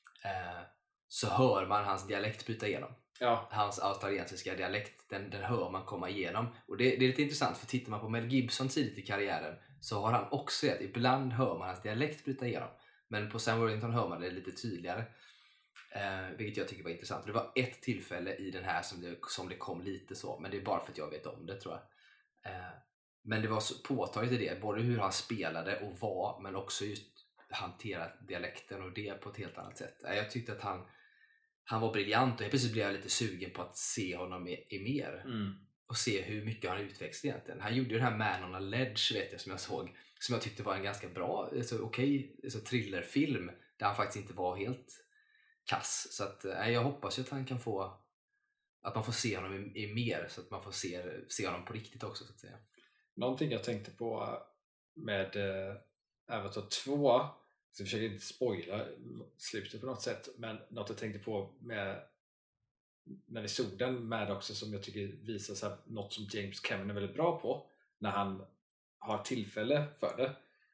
så hör man hans dialekt bryta igenom. Hans australiensiska dialekt, den hör man komma igenom. Och det är lite intressant, för tittar man på Mel Gibson tidigt i karriären så har han också det. Ibland hör man hans dialekt bryta igenom, men på Sam Worthington hör man det lite tydligare, vilket jag tycker var intressant. Det var ett tillfälle i den här som det kom lite så, men det är bara för att jag vet om det, tror jag. Men det var så påtagligt i det, både hur han spelade och var, men också just hanterat dialekten och det på ett helt annat sätt. Jag tyckte att han var briljant, och plötsligt blev jag lite sugen på att se honom i mer. Och se hur mycket han utvecklats egentligen. Han gjorde ju den här Man on a Ledge, vet jag, som jag såg, som jag tyckte var en ganska bra, okej, thrillerfilm där han faktiskt inte var helt kass. Så att jag hoppas ju att han kan få, att man får se honom i mer, så att man får se honom på riktigt också, så att säga. Någonting jag tänkte på med Avatar 2, så jag försöker inte spoila slutet på något sätt, men något jag tänkte på med när vi såg den med också, som jag tycker visar sig något som James Cameron är väldigt bra på när han har tillfälle för det.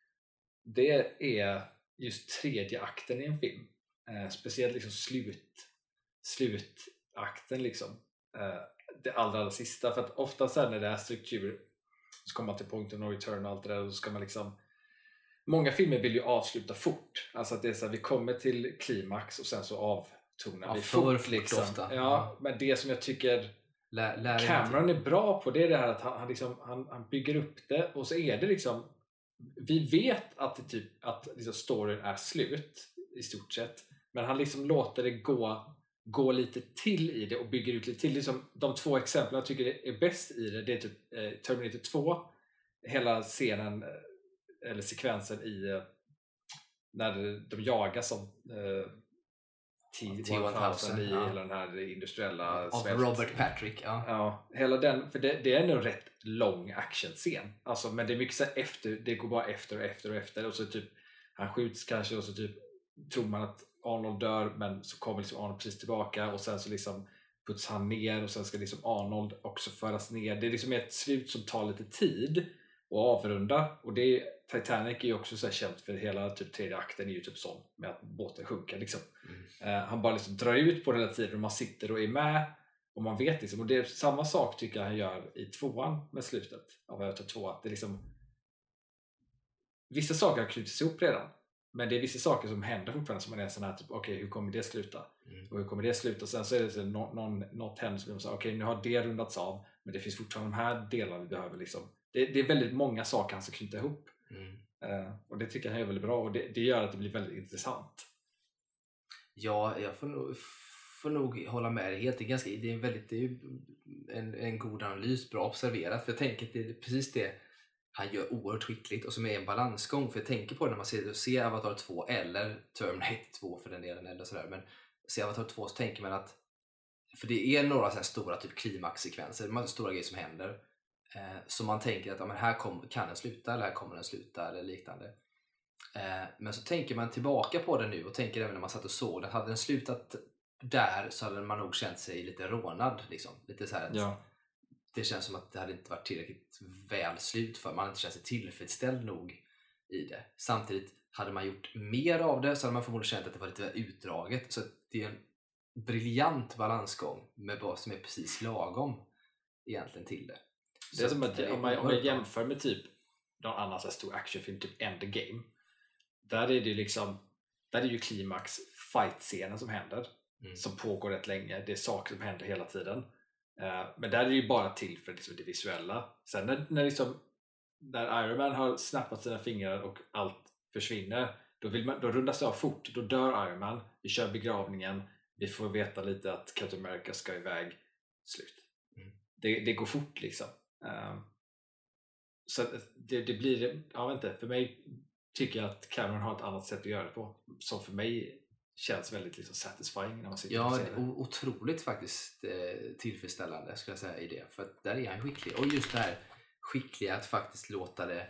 Det är just tredje akten i en film. Speciellt liksom slutakten liksom. det allra sista. För att ofta sen när det är struktur så kommer man till point of no return och allt det där, och så ska man liksom, många filmer vill ju avsluta fort, alltså att det är så här, vi kommer till klimax och sen så avtonar vi fort liksom. Ofta. Ja, men det som jag tycker Cameron är bra på, det är det här att han bygger upp det, och så är det liksom, vi vet att det typ, att liksom storyn är slut i stort sett, men han liksom låter det gå lite till i det och bygger ut lite till. Liksom, de 2 exemplen jag tycker är bäst i det är typ Terminator 2, hela scenen eller sekvensen i när de jagas av T-1000 i hela den här industriella av Robert Patrick. Ja, hela den, för det är en rätt lång actionscen, alltså, men det är mycket så efter, det går bara efter och så typ han skjuts kanske, och så typ tror man att Arnold dör, men så kommer liksom Arnold precis tillbaka, och sen så liksom puts han ner, och sen ska liksom Arnold också föras ner. Det är liksom ett slut som tar lite tid att avrunda, och Titanic är ju också så här känt för hela typ 3:e akten är ju typ sån, med att båten sjunker liksom. Han bara liksom drar ut på den hela tiden, och man sitter och är med, och man vet liksom, och det är samma sak tycker jag han gör i 2:an med slutet av Avatar 2, att det liksom, vissa saker har knutits ihop redan, men det är vissa saker som händer fortfarande som man är sån här typ, okej, hur kommer det sluta? Och hur kommer det sluta? Och sen så är det så något händer som säger, okej, nu har det rundats av, men det finns fortfarande de här delarna vi behöver liksom. Det är väldigt många saker han ska knyta ihop. Och det tycker jag är väldigt bra, och det gör att det blir väldigt intressant. Ja, jag får nog hålla med dig helt. Det är ju en god analys, bra observerat, för jag tänker att det är precis det han gör oerhört skickligt, och som är en balansgång. För jag tänker på det när man ser Avatar 2 eller Terminator 2 för den delen, eller sådär, men ser Avatar 2 så tänker man att, för det är några så här stora typ klimaxsekvenser, stora grejer som händer, så man tänker att men här kan den sluta, eller här kommer den sluta, eller liknande. Men så tänker man tillbaka på det nu, och tänker även när man satt och såg den, hade den slutat där så hade man nog känt sig lite rånad liksom. Lite så här att det känns som att det hade inte varit tillräckligt väl slut, för man hade inte känt sig tillfredsställd nog i det. Samtidigt hade man gjort mer av det, så hade man förmodligen känt att det var lite väl utdraget. Så det är en briljant balansgång med vad som är precis lagom egentligen till det. Det är som att om jag jämför med typ någon annan så här stor actionfilm, typ Endgame, där är det liksom, där är ju klimax fight-scenen som händer, som pågår rätt länge. Det är saker som händer hela tiden, men där är det ju bara till för liksom det visuella. Sen när Iron Man har snappat sina fingrar och allt försvinner, då rundas det av fort. Då dör Iron Man, vi kör begravningen, vi får veta lite att Captain America ska iväg, slut. Det går fort liksom. Så det blir, jag vet inte, för mig tycker jag att Cameron har ett annat sätt att göra det på, som för mig känns väldigt liksom satisfying när man sitter och ser det. Otroligt faktiskt tillfredsställande skulle jag säga i det, för att där är han skicklig, och just det här skickliga att faktiskt låta det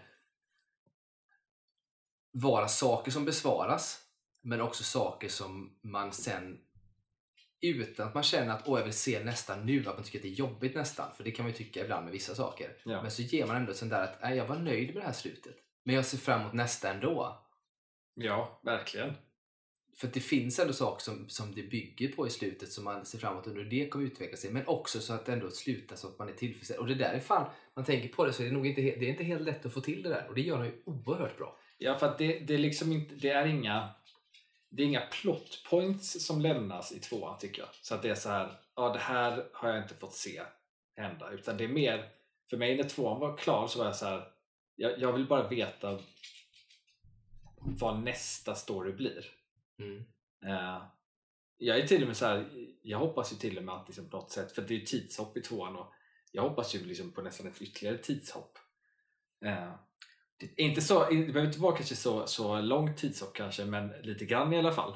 vara saker som besvaras, men också saker som man sen, utan att man känner att jag vill se nästan nu, att man tycker att det är jobbigt nästan, för det kan man ju tycka ibland med vissa saker, men så ger man ändå sån där att jag var nöjd med det här slutet, men jag ser fram emot nästa ändå. Ja, verkligen. För att det finns ändå saker som det bygger på i slutet, som man ser fram emot under det kommer utveckla sig, men också så att det ändå slutar så att man är tillfredsställd. Och det där är fan, man tänker på det, så är det nog inte helt lätt att få till det där, och det gör han ju oerhört bra. Ja, för att det är liksom inte, det är inga plot points som lämnas i 2:an tycker jag. Så att det är så här, det här har jag inte fått se hända, utan det är mer, för mig när 2:an var klar så var jag så här, jag vill bara veta vad nästa story blir. Jag är till och med så här, jag hoppas ju till och med att liksom på något sätt, för det är ju tidshopp i 2:an, och jag hoppas ju liksom på nästan ett ytterligare tidshopp. Inte så, det behöver inte vara kanske så långt tidshopp kanske, men lite grann i alla fall.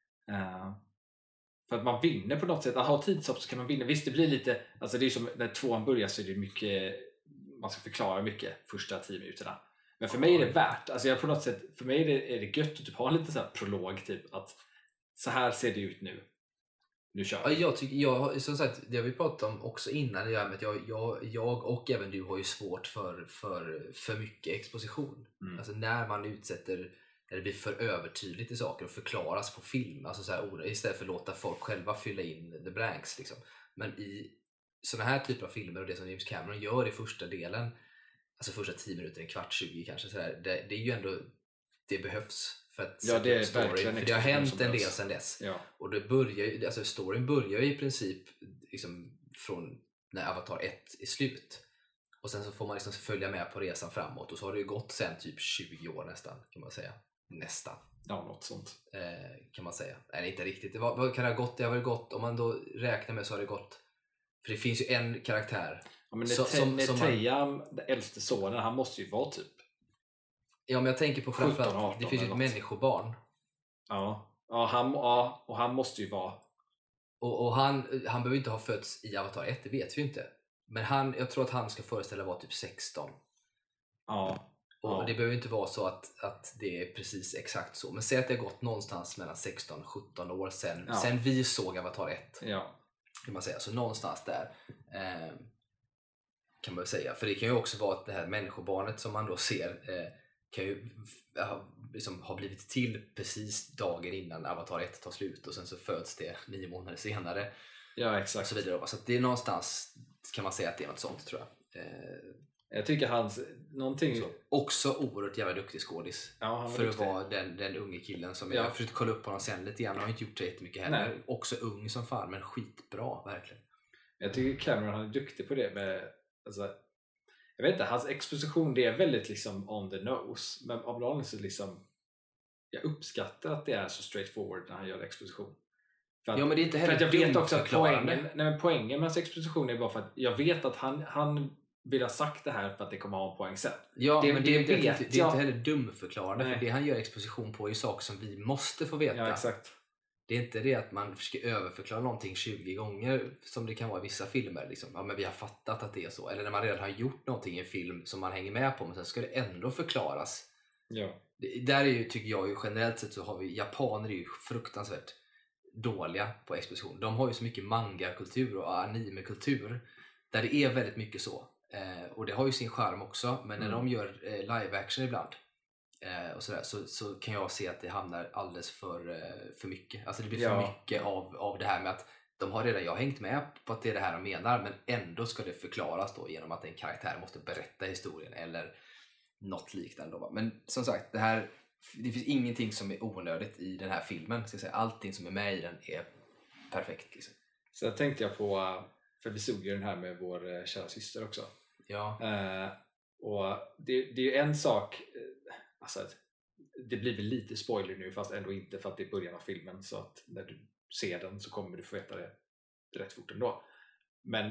För att man vinner på något sätt. Att ha tidshopp så kan man vinna. Visst, det blir lite, alltså det är som när 2:an börjar, så är det mycket, man ska förklara mycket första 10 minuterna. Men för mig är det värt, alltså jag på något sätt, för mig är det gött att typ ha en liten så här prolog, typ att så här ser det ut nu. Nu kör vi. Jag tycker, som sagt, det har vi pratat om också innan, det med att jag och även du har ju svårt för mycket exposition. Alltså när man utsätter, när det blir för övertydligt i saker och förklaras på film, alltså så här, istället för att låta folk själva fylla in the blanks liksom. Men i såna här typer av filmer och det som James Cameron gör i första delen, alltså första 10 minuter, en kvart, 20 kanske sådär, det är ju ändå, det behövs för att Ja, det är story, verkligen för det har hänt en del behövs. sedan dess. Ja. Och det börjar ju, alltså storyn börjar ju i princip liksom från när Avatar 1 är slut. Och sen så får man liksom följa med på resan framåt, och så har det ju gått sen typ 20 år nästan, kan man säga. Nästan. Ja, något sånt. Kan man säga. Nej, inte riktigt. Vad kan det ha gått? Det har väl gått, om man då räknar med, så har det gått, för det finns ju en karaktär. Ja, men Netreyan, den äldste sonen, han måste ju vara typ... Ja, men jag tänker på framförallt, det finns ju ett människobarn. Ja, och han måste ju vara... Och han behöver inte ha fötts i Avatar 1, det vet vi inte. Men jag tror att han ska föreställa vara typ 16. Ja. Och det behöver inte vara så att det är precis exakt så. Men säg att det har gått någonstans mellan 16-17 år sen vi såg Avatar 1. Ja. Kan man säga. Så någonstans där kan man väl säga. För det kan ju också vara att det här människobarnet som man då ser kan ju liksom ha blivit till precis dagen innan Avatar 1 tar slut. Och sen så föds det 9 månader senare. Ja, exakt. Och så vidare. Så att det är någonstans, kan man säga att det är något sånt, tror jag. Jag tycker hans någonting så. Också oerhört jävla duktig skådis, för att vara den unge killen som jag har försökt kolla upp på honom sen lite grann. Han har inte gjort så jättemycket heller. Nej. Också ung som fan, men skitbra verkligen. Jag tycker Cameron, han är duktig på det med, alltså, jag vet inte, hans exposition, det är väldigt liksom on the nose, men av någon så liksom, jag uppskattar att det är så straightforward när han gör exposition. För att, ja, men det är inte heller, för att jag vet också att poängen med hans exposition är bara för att jag vet att han vill ha sagt det här för att det kommer ha en poäng sen. Ja, men det är inte heller dumförklarande, för det han gör exposition på är ju saker som vi måste få veta. Ja, exakt. Det är inte det att man försöker överförklara någonting 20 gånger som det kan vara i vissa filmer. Liksom. Ja, men vi har fattat att det är så. Eller när man redan har gjort någonting i en film som man hänger med på, men sen ska det ändå förklaras. Ja. Där är ju, tycker jag ju, generellt sett så har vi, japaner är ju fruktansvärt dåliga på exposition. De har ju så mycket manga-kultur och anime-kultur där det är väldigt mycket så. Och det har ju sin charm också, men när de gör live-action ibland och sådär, så kan jag se att det hamnar alldeles för mycket. Alltså det blir för mycket av det här med att jag har hängt med på att det är det här de menar, men ändå ska det förklaras då genom att en karaktär måste berätta historien eller något liknande då. Men som sagt, det finns ingenting som är onödigt i den här filmen, ska jag säga. Allting som är med i den är perfekt liksom. Så jag tänkte jag på, för vi såg ju den här med vår kära syster också. Ja. Och det är ju en sak, alltså det blir väl lite spoiler nu, fast ändå inte, för att det är början av filmen, så att när du ser den så kommer du få veta det rätt fort ändå. Men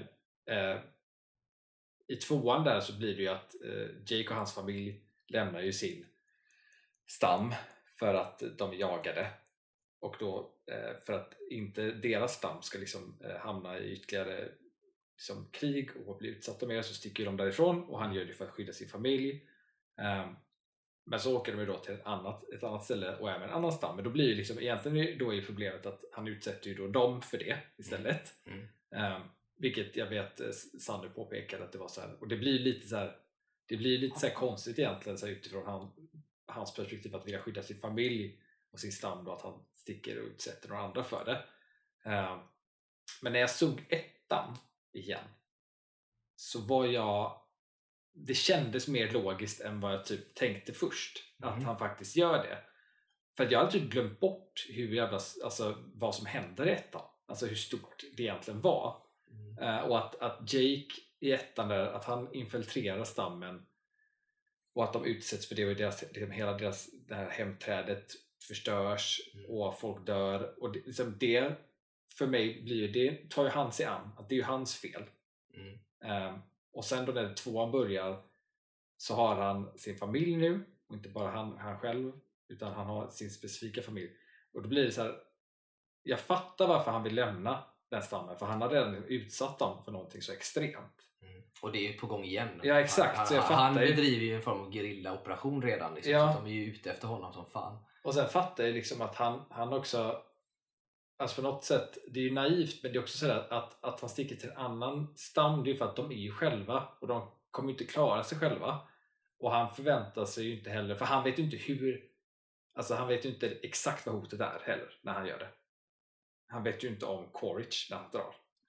i 2:an där så blir det ju att Jake och hans familj lämnar ju sin stam för att de är jagade, och då för att inte deras stam ska liksom hamna i ytterligare liksom krig och bli utsatta med, så sticker de därifrån, och han gör det för att skydda sin familj. Men så åker de ju då till ett annat ställe och är med en annan stam, men då blir ju liksom, egentligen då är problemet att han utsätter ju då dem för det istället. Vilket jag vet Sander påpekade att det var så här, och det blir lite så här konstigt egentligen, så här, utifrån hans perspektiv, att vilja skydda sin familj och sin stam då, att han sticker och utsätter några andra för det. Men när jag såg 1:an igen, så det kändes mer logiskt än vad jag typ tänkte först, att han faktiskt gör det. För att jag hade typ glömt bort vad som händer i 1:an, alltså hur stort det egentligen var. Och att Jake i 1:an där, att han infiltrerar stammen och att de utsätts för det, och hela det här hemträdet förstörs och folk dör, och det för mig det tar ju han sig an, att det är ju hans fel. Och sen då när 2:an börjar, så har han sin familj nu, och inte bara han själv, utan han har sin specifika familj, och då blir det så här, jag fattar varför han vill lämna den stammen, för han har redan utsatt dem för någonting så extremt. Och det är ju på gång igen. Ja, exakt. Han bedriver ju en form av gerillaoperation redan liksom, så de är ju ute efter honom som fan. Och sen fattar jag liksom att han också, alltså på något sätt, det är ju naivt, men det är också så att han sticker till en annan stam, det är ju för att de är ju själva, och de kommer inte klara sig själva, och han förväntar sig ju inte heller, för han vet ju inte han vet ju inte exakt vad hotet är heller när han gör det. Han vet ju inte om Quaritch när han drar.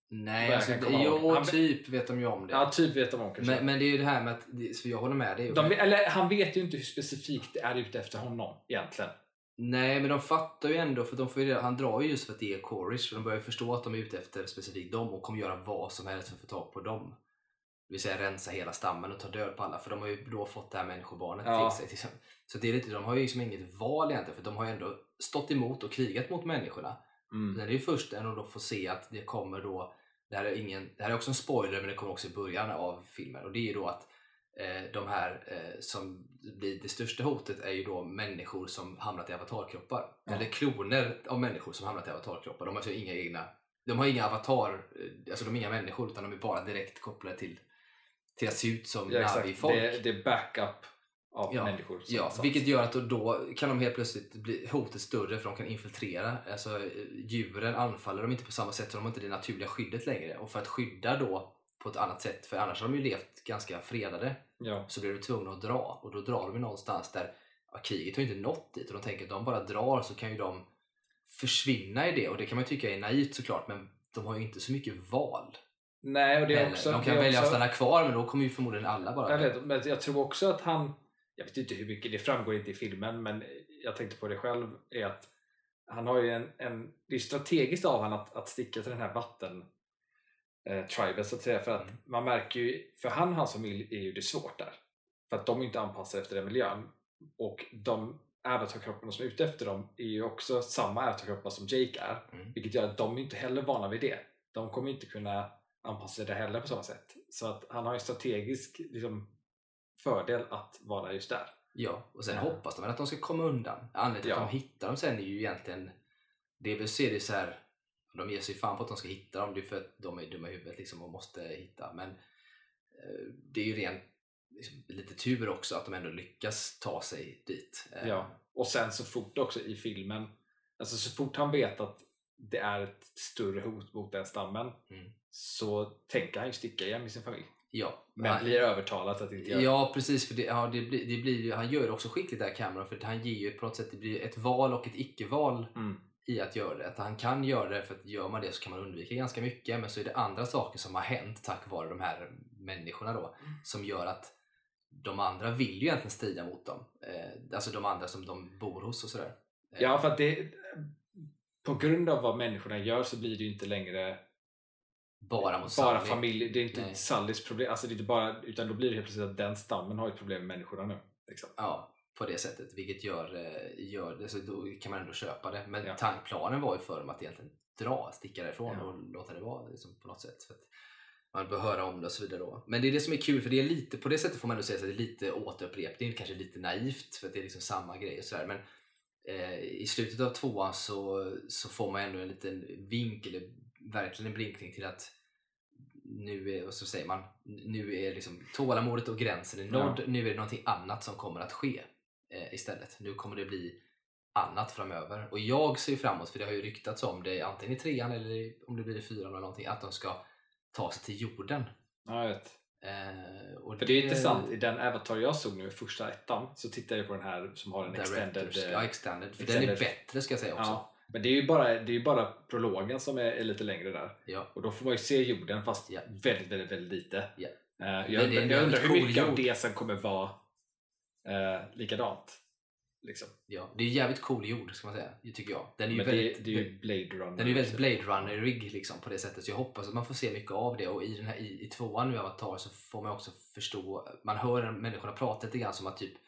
Nej, alltså, jag komma ihåg. typ vet de ju om det. Ja, typ vet de om kanske. Men det är ju det här med att, för jag håller med dig. Eller han vet ju inte hur specifikt det är ute efter honom egentligen. Nej, men de fattar ju ändå, för han drar ju just för att det är Corys, för de börjar ju förstå att de är ute efter specifikt dem och kommer göra vad som helst för att få tag på dem. Det vill säga rensa hela stammen och ta död på alla, för de har ju då fått det här människobarnet till sig. Så det är lite, de har ju liksom inget val egentligen, för de har ju ändå stått emot och krigat mot människorna. Det är ju först när de då får se att det kommer då, det här är också en spoiler, men det kommer också i början av filmen, och det är ju då att de här som blir det största hotet är ju då människor som hamnat i avatarkroppar. Eller kloner av människor som hamnat i avatarkroppar. De har alltså inga avatar, alltså de är inga människor, utan de är bara direkt kopplade till att se ut som Na'vi-folk. Det är backup av människor. Vilket gör att då kan de helt plötsligt bli hotet större, för de kan infiltrera. Alltså djuren anfaller de inte på samma sätt, så de har inte det naturliga skyddet längre. Och för att skydda då på ett annat sätt, för annars har de ju levt ganska fredade, så blir de tvungna att dra, och då drar de ju någonstans där kriget har ju inte nått dit, och de tänker att de bara drar, så kan ju de försvinna i det, och det kan man tycka är naivt såklart, men de har ju inte så mycket val. Nej, och det är också, de kan välja att stanna kvar, men då kommer ju förmodligen alla bara. Men jag tror också att jag vet inte hur mycket, det framgår inte i filmen, men jag tänkte på det själv, är att han har ju det är strategiskt av han att sticka till den här tribe, så att säga, för att man märker ju, för hans familj är ju det svårt där, för att de är inte anpassade efter den miljön, och de avatarkropparna som är ute efter dem är ju också samma avatarkroppar som Jake är, vilket gör att de är inte heller vana vid det. De kommer inte kunna anpassa sig det heller på samma sätt, så att han har en strategisk fördel att vara just där. Ja, och sen hoppas de att de ska komma undan. Anledningen till att de hittar dem sen är ju egentligen, det ser det så här, de ger sig fan på att de ska hitta dem, det är för att de är dumma i huvudet liksom och måste hitta, men det är ju rent lite tur också att de ändå lyckas ta sig dit. Och sen så fort också i filmen, alltså så fort han vet att det är ett större hot mot den stammen, så tänker han ju sticka igen med sin familj. Men blir övertalat att inte göra. Ja, precis, för det blir ju, han gör det också skickligt där, Cameron, för han ger ju på något sätt, det blir ett val och ett icke-val i att göra det. Att han kan göra det, för att gör man det så kan man undvika ganska mycket, men så är det andra saker som har hänt tack vare de här människorna då, som gör att de andra vill ju egentligen strida mot dem. Alltså de andra som de bor hos och sådär. Ja, för att det, på grund av vad människorna gör, så blir det ju inte längre bara familj. Det är inte Sullys problem, alltså det är inte bara, utan då blir det helt plötsligt att den stammen har ett problem med människorna nu liksom. Ja, på det sättet, vilket gör det, så då kan man ändå köpa det. Men tankplanen var ju för dem att egentligen sticka därifrån och låta det vara liksom, på något sätt, för att man bör höra om det och så vidare då. Men det är det som är kul, för det är lite, på det sättet får man ändå säga att det är lite återupprep. Det är kanske lite naivt, för att det är liksom samma grej och sådär, men i slutet av 2:an så får man ändå en liten vink, eller verkligen en blinkning till att nu är, vad så säger man, nu är liksom tålamodet och gränsen är nådd. Nu är det någonting annat som kommer att ske istället. Nu kommer det bli annat framöver, och jag ser framåt, för det har ju ryktats om det antingen i 3:an eller om det blir i 4:an eller någonting, att de ska ta sig till jorden. Ja, jag vet. Och för det är intressant, i den Avatar jag såg nu i första 1:an, så tittar jag på den här som har en extended, för den är bättre, ska jag säga också. Men det är ju bara prologen som är lite längre där. Och då får man ju se jorden, fast väldigt, väldigt, väldigt lite. Jag undrar hur mycket av det sen kommer vara likadant. Liksom. Ja, det är jävligt cool jord, ska man säga, tycker jag. Den är ju väldigt, det är ju Blade Runner. Den är ju väldigt Blade Runner-rig liksom, på det sättet. Så jag hoppas att man får se mycket av det. Och i den här i 2:an nu Avatar, så får man också förstå, man hör människorna prata lite grann som att typ,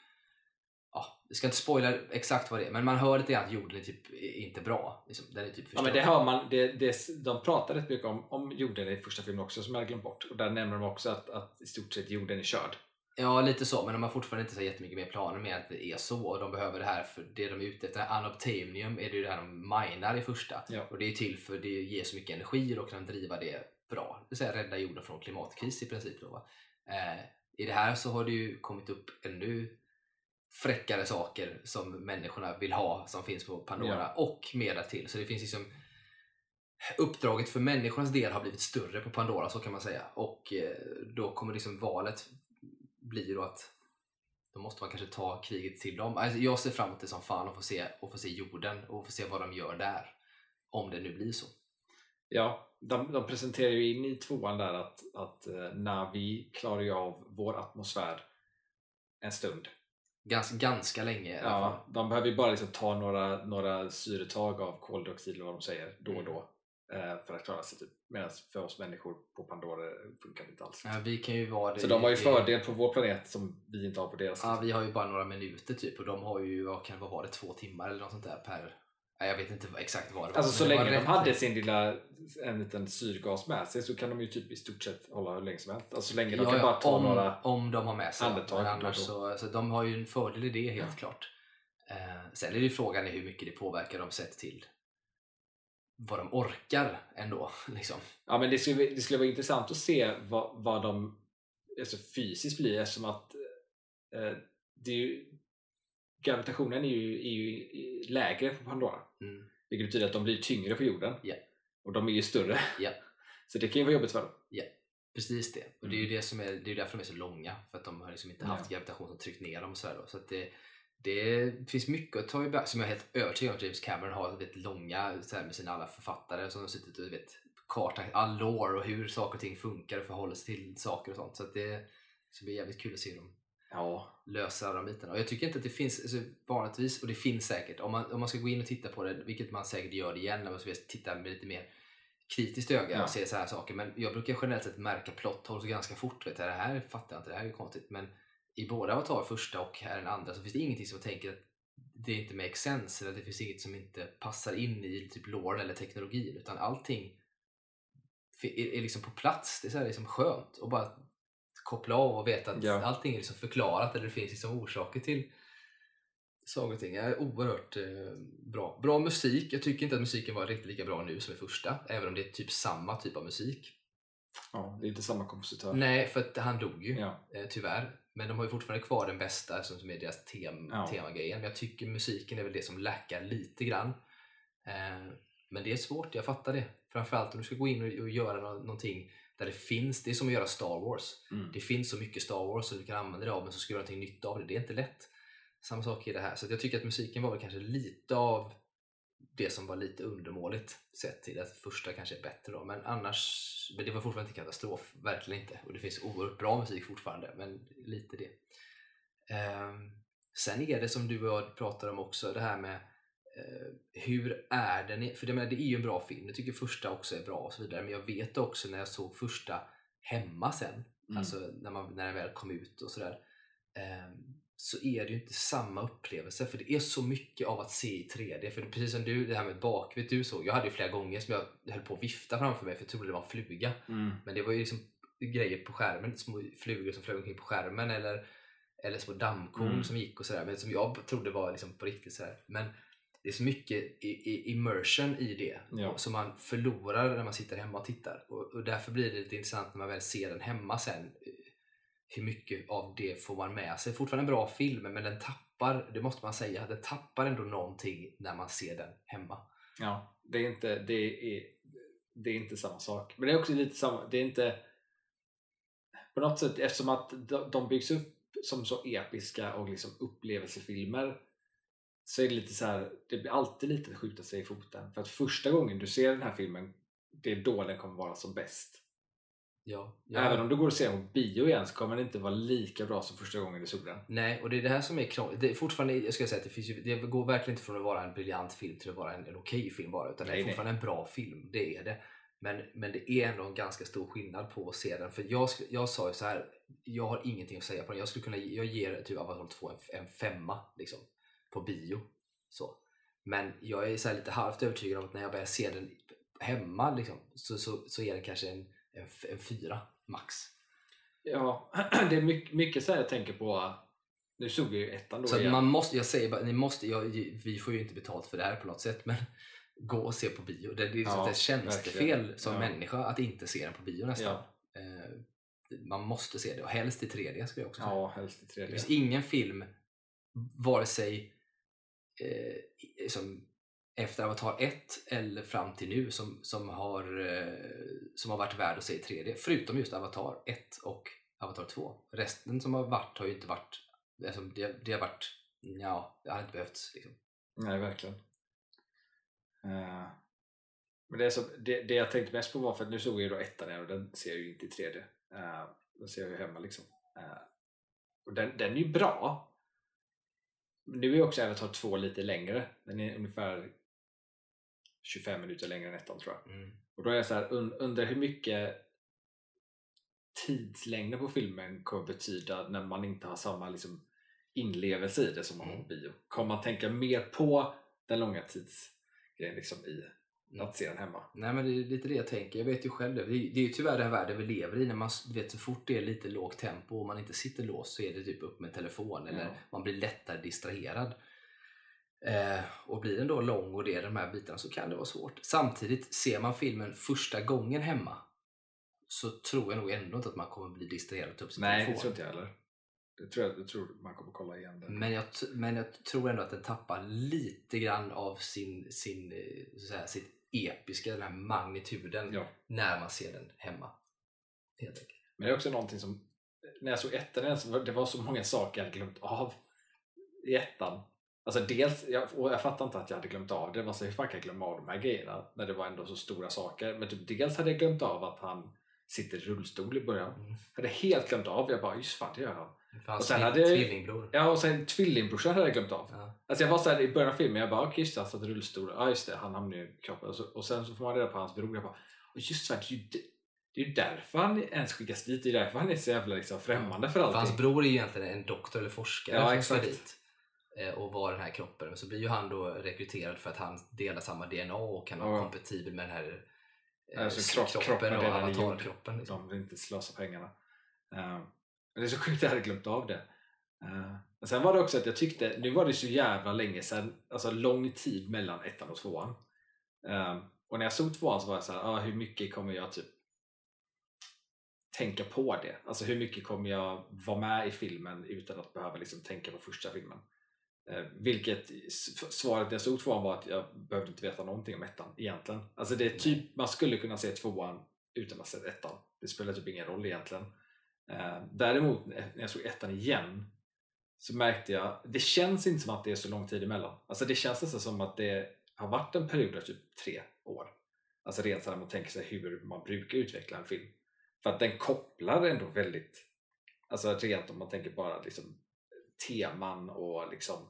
jag ska inte spoila exakt vad det är, men man hör lite grann att jorden är typ inte bra liksom. Den är typ förstörd. Men det hör man, de pratar rätt mycket om jorden i första filmen också, som jag har glömt bort. Och där nämner de också att i stort sett jorden är körd. Ja, lite så, men de har fortfarande inte så jättemycket mer planer med att det är så, och de behöver det här för det de är ute efter. Unobtainium är det ju det här de minar i första, och det är till för det ger så mycket energi, och då kan de driva det bra, det vill säga rädda jorden från klimatkris i princip då, va? I det här så har det ju kommit upp ännu fräckare saker som människorna vill ha, som finns på Pandora, och mer till, så det finns liksom, uppdraget för människornas del har blivit större på Pandora, så kan man säga, och då kommer liksom valet blir då att då måste man kanske ta kriget till dem. Alltså, jag ser fram emot det som fan, och få se jorden och få se vad de gör där, om det nu blir så. Ja, de presenterar ju in i 2:an där att Navi klarar ju av vår atmosfär en stund. Ganska länge i alla fall. Ja, de behöver ju bara liksom ta några syretag av koldioxid eller vad de säger då och då för att klara sig typ. Medan för oss människor på Pandora funkar det inte alls. Ja, vi kan ju vara det, så de har ju fördel på vår planet som vi inte har på deras. Ja, vi har ju bara några minuter typ och de har ju, vad var det, 2 timmar eller något sånt där per. Jag vet inte exakt vad det var. Alltså så länge de hade en liten syrgas med sig så kan de ju typ i stort sett hålla hur länge som helst. Alltså så länge de kan bara ta några om de har med sig andetag. Annars så de har ju en fördel i det helt klart. Sen är det ju frågan hur mycket det påverkar dem sett till vad de orkar ändå. Liksom. Ja, men det skulle vara intressant att se vad de alltså fysiskt blir eftersom att det är ju, gravitationen är ju lägre på Pandora. Vilket betyder att de blir tyngre på jorden. Yeah. Och de är ju större. Yeah. Så det kan ju vara jobbigt för dem. Ja, precis det. Och det är ju det som är, det är därför de är så långa. För att de har liksom inte haft gravitation som tryckt ner dem och sådär då. Så att det finns mycket att ta i som jag är helt övertygad om James Cameron har vet, långa så här, med sina alla författare som har suttit och vet kartan, all lore och hur saker och ting funkar och förhåller sig till saker och sånt. Så att det blir jävligt kul att se dem lösa de bitarna. Och jag tycker inte att det finns alltså, vanligtvis, och det finns säkert om man ska gå in och titta på det, vilket man säkert gör igen när man ska titta med lite mer kritiskt öga och se så här saker. Men jag brukar generellt sett märka plot holes ganska fort. Vet jag, det här fattar jag inte, det här är konstigt. Men i båda Avatar första och här den andra så finns det ingenting som jag tänker att det inte makes sense eller det finns inget som inte passar in i typ loren eller teknologin, utan allting är liksom på plats. Det är så här liksom skönt och bara koppla av och veta att allting är liksom förklarat eller det finns liksom orsaker till saker och ting. Är oerhört bra musik. Jag tycker inte att musiken var riktigt lika bra nu som i första, även om det är typ samma typ av musik. Ja, det är inte samma kompositör. Nej, för att han dog ju tyvärr. Men de har ju fortfarande kvar den bästa som är deras temagrejen. Men jag tycker musiken är väl det som läckar lite grann. Men det är svårt, jag fattar det. Framförallt om du ska gå in och göra någonting där det finns, det är som att göra Star Wars. Det finns så mycket Star Wars så du kan använda det av, men så ska du göra någonting nytt av det. Det är inte lätt. Samma sak i det här. Så jag tycker att musiken var väl kanske lite av det som var lite undermåligt sett till att första kanske är bättre då. Men annars, men det var fortfarande inte katastrof, verkligen inte. Och det finns oerhört bra musik fortfarande, men lite det. Sen är det som du och jag pratar om också, det här med hur är den? För det är ju en bra film. Jag tycker första också är bra och så vidare. Men jag vet också när jag såg första hemma sen, alltså när den väl kom ut och sådär, så är det ju inte samma upplevelse, för det är så mycket av att se i 3D. För precis som du, det här med bakvitt du såg, jag hade ju flera gånger som jag höll på att vifta framför mig för jag trodde det var en fluga. Men det var ju liksom grejer på skärmen, små flugor som flög omkring på skärmen eller små dammkorn som gick och sådär, men som jag trodde var liksom på riktigt sådär. Men det är så mycket immersion i det som man förlorar när man sitter hemma och tittar, och därför blir det lite intressant när man väl ser den hemma sen. Hur mycket av det får man med sig? Fortfarande en bra film, men den tappar, det måste man säga, den tappar ändå någonting när man ser den hemma. Ja, det är inte samma sak. Men det är också lite samma, det är inte på något sätt, eftersom att de byggs upp som så episka och liksom upplevelsefilmer, så är det lite så här, det blir alltid lite att skjuta sig i foten. För att första gången du ser den här filmen, det är då den kommer vara som bäst. Ja. Även om du går och ser den på bio igen så kommer den inte vara lika bra som första gången du såg den. Nej, och det är det här som är krångligt. Det är fortfarande, jag ska säga att det går verkligen inte från att vara en briljant film till att vara en okej film bara, utan det är fortfarande en bra film, det är det. Men det är ändå en ganska stor skillnad på att se den. För jag sa ju så här, jag har ingenting att säga på den. Jag ger typ Avatar 2 en 5 liksom, på bio. Så. Men jag är så här lite halvt övertygad om att när jag börjar se den hemma liksom, så är den kanske en 4 max. Ja, det är mycket så här jag tänker på. Nu såg vi ju ettan då. Så man måste, jag säger bara, vi får ju inte betalt för det här på något sätt, men gå och se på bio. Det är liksom ett tjänstefel som människa att inte se den på bio nästan. Man måste se det, och helst i 3D skulle jag också säga. Ja, helst i 3D. Det finns ingen film, vare sig som efter Avatar 1 eller fram till nu som har varit värd att se i 3D, förutom just Avatar 1 och Avatar 2. Resten som har ju inte varit, alltså det har varit, det har inte behövts liksom. Nej, verkligen. Men det jag tänkte mest på var för att nu såg jag ju då ettan igen och den ser jag ju inte i 3D. Den ser jag ju hemma liksom. Och den är ju bra. Nu är också Avatar 2 lite längre. Den är ungefär 25 minuter längre än ettan tror jag. Och då är jag så här, undrar hur mycket tidslängden på filmen kommer betyda när man inte har samma liksom, inlevelse i det som man har på bio. Kommer man tänka mer på den långa tidsgrejen liksom, i att se den hemma? Nej, men det är lite det jag tänker. Jag vet ju själv det. Det är ju tyvärr den världen vi lever i. När man vet så fort det är lite lågt tempo och man inte sitter låst så är det typ upp med telefon eller man blir lättare distraherad. Och blir den då lång och det är de här bitarna så kan det vara svårt. Samtidigt ser man filmen första gången hemma så tror jag nog ändå inte att man kommer bli distraherad och ta upp sin telefon. Nej, det tror inte jag heller. Jag tror man kommer kolla igen det. Men jag tror ändå att den tappar lite grann av sitt episka, den här magnituden när man ser den hemma. Helt enkelt. Men det är också någonting som när jag såg ettan det var så många saker jag hade glömt av i ettan. Alltså dels, jag fattar inte att jag hade glömt av det. Hur fan kan jag glömma av de här grejerna när det var ändå så stora saker. Men typ, dels hade jag glömt av att han sitter i rullstol i början. Jag hade helt glömt av. Jag bara, just fan det gör han. Och sen hade tvillingbror. Ja, och sen tvillingbrorsan hade jag glömt av. Alltså jag var så här i början av filmen, jag bara, okej, just det, han satt i rullstol. Ja just det, han hamnade i kroppen. Och sen så får man reda på hans bror. Jag bara, just så det är ju därför han ens skickas dit. Det är därför han är så jävla liksom främmande för allting. Hans bror är ju egentligen en doktor eller forskare som ska dit och var den här kroppen. Men så blir ju han då rekryterad för att han delar samma DNA och kan vara kompatibel med den här kroppen och avatarkroppen. Liksom. De vill inte slösa pengarna. Men det är så sjukt att jag hade glömt av det. Men sen var det också att jag tyckte, nu var det så jävla länge sedan, alltså lång tid mellan ettan och tvåan. Och när jag såg tvåan så var jag så här, hur mycket kommer jag typ tänka på det? Alltså hur mycket kommer jag vara med i filmen utan att behöva liksom tänka på första filmen? Vilket svaret när jag såg tvåan var att jag behövde inte veta någonting om ettan egentligen. Alltså det är typ, man skulle kunna se tvåan utan att se ettan. Det spelar typ ingen roll egentligen. Däremot när jag såg ettan igen så märkte jag, det känns inte som att det är så lång tid emellan. Alltså det känns nästan som att det har varit en period av typ 3 år. Alltså rent sådär man tänker sig hur man brukar utveckla en film. För att den kopplar ändå väldigt, alltså rent om man tänker bara liksom teman och liksom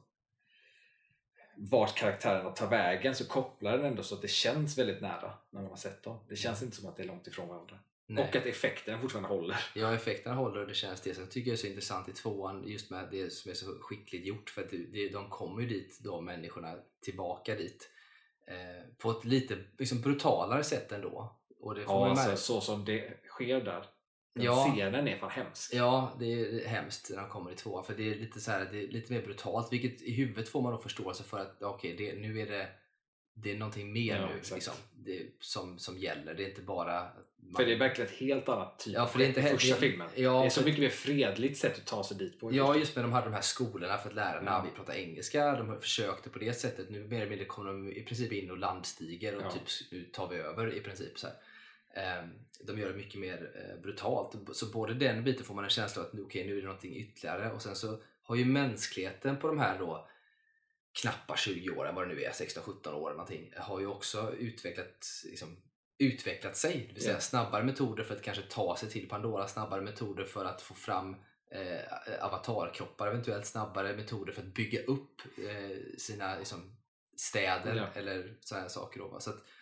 vart karaktärerna tar vägen, så kopplar den ändå så att det känns väldigt nära när man har sett dem. Det känns inte som att det är långt ifrån varandra. Nej. Och att effekten fortfarande håller. Ja, effekterna håller och det känns det. Sen tycker jag är så intressant i tvåan just med det som är så skickligt gjort, för att de kommer ju dit, de människorna tillbaka dit på ett lite liksom brutalare sätt ändå. Och det får man alltså, så som det sker där. Den scenen är fan hemsk. Ja, det är hemskt när de kommer i tvåan, för det är lite så här, det är lite mer brutalt, vilket i huvudet får man då förståelse för att nu är det är någonting mer nu liksom, som gäller. Det är inte bara för det är verkligen ett helt annat typ för det är inte första filmen. Det är så mycket mer fredligt sätt att ta sig dit på. Ja, just med de hade de här skolorna för att lärarna vi pratar engelska. De försökte på det sättet. Nu mer eller mindre kommer de i princip in och landstiger och typ nu tar vi över i princip så här. De gör det mycket mer brutalt. Så både den biten får man en känsla av att nu är det någonting ytterligare. Och sen så har ju mänskligheten på de här då knappa 20 åren, vad det nu är, 16-17 år eller någonting, har ju också utvecklat sig. Det vill säga snabbare metoder för att kanske ta sig till Pandora, snabbare metoder för att få fram avatarkroppar, eventuellt snabbare metoder för att bygga upp sina liksom, städer eller sådana saker. Då. Så att,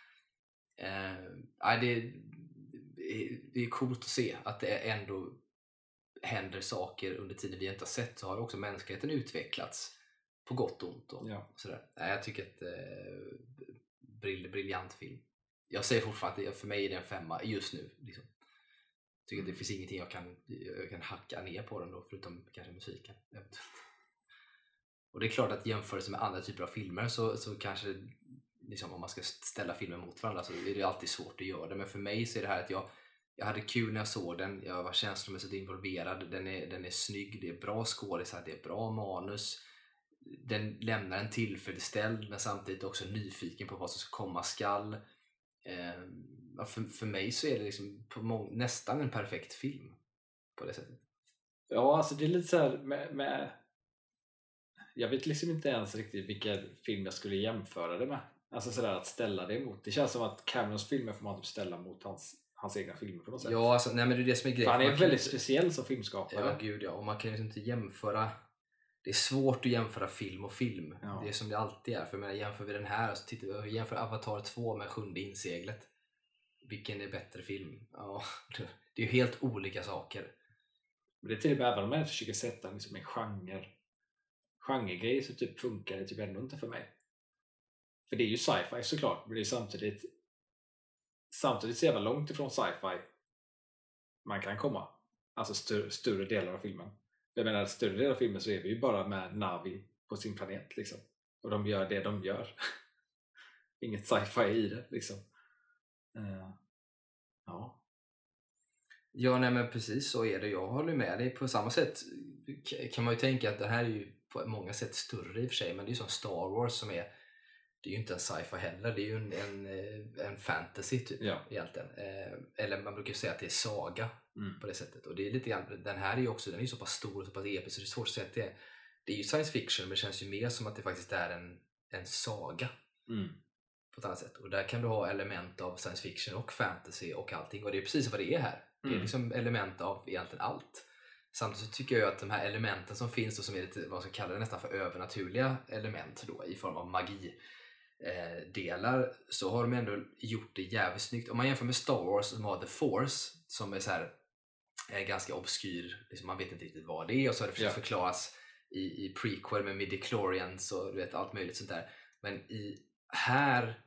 det är coolt att se att det ändå händer saker under tiden vi inte har sett. Så har också mänskligheten utvecklats på gott och ont. Och sådär. Jag tycker att briljant film. Jag säger fortfarande att för mig är det en 5 just nu. Liksom. Jag tycker att det finns ingenting jag kan hacka ner på den då, förutom kanske musiken. Och det är klart att jämförelse med andra typer av filmer så kanske liksom, om man ska ställa filmer mot varandra så är det alltid svårt att göra det. Men för mig så är det här att jag hade kul när jag såg den. Jag var känslomässigt involverad. Den är snygg, det är bra skådisar, det är bra manus. Den lämnar en tillfredsställd men samtidigt också nyfiken på vad som ska komma skall. För mig så är det liksom nästan en perfekt film på det sättet. Ja, alltså det är lite så här med jag vet liksom inte ens riktigt vilken film jag skulle jämföra det med. Alltså sådär att ställa det emot. Det känns som att Camerons filmer får man typ ställa mot hans egna filmer på något sätt. Ja, alltså, nej, men det är det som är grejen. För han är väldigt speciell som filmskapare. Ja, gud ja. Och man kan ju inte jämföra. Det är svårt att jämföra film och film. Ja. Det är som det alltid är. För jag menar, jämför vi den här, alltså, jämför Avatar 2 med Sjunde inseglet. Vilken är bättre film? Ja, det är ju helt olika saker. Men det är till och med även om jag försöker sätta liksom en genregrej så typ funkar det typ ändå inte för mig. För det är ju sci-fi såklart, men det är samtidigt så jävla långt ifrån sci-fi man kan komma. Alltså större delar av filmen. Jag menar, större delar av filmen så är vi ju bara med Navi på sin planet liksom. Och de gör det de gör. Inget sci-fi i det liksom. Ja. Ja, nej men precis så är det. Jag håller med dig. På samma sätt kan man ju tänka att det här är ju på många sätt större i och för sig. Men det är ju som Star Wars som är... Det är ju inte en sci-fi heller. Det är ju en fantasy typ egentligen. Eller man brukar säga att det är saga på det sättet. Och det är lite grann, den här är ju också, den är ju så pass stor och så pass episk så det är svårt att säga att det är ju science fiction, men det känns ju mer som att det faktiskt är en saga. På ett annat sätt. Och där kan du ha element av science fiction och fantasy och allting. Och det är precis vad det är här. Det är liksom element av egentligen allt. Samtidigt så tycker jag att de här elementen som finns och som är lite, vad man ska kalla det, nästan för övernaturliga element då, i form av magi delar, så har de ändå gjort det jävligt snyggt. Om man jämför med Star Wars som har The Force, som är så här ganska obskyr, liksom man vet inte riktigt vad det är, och så har det försökt förklaras i prequel med midi-chlorians och du vet, allt möjligt sånt där. Men här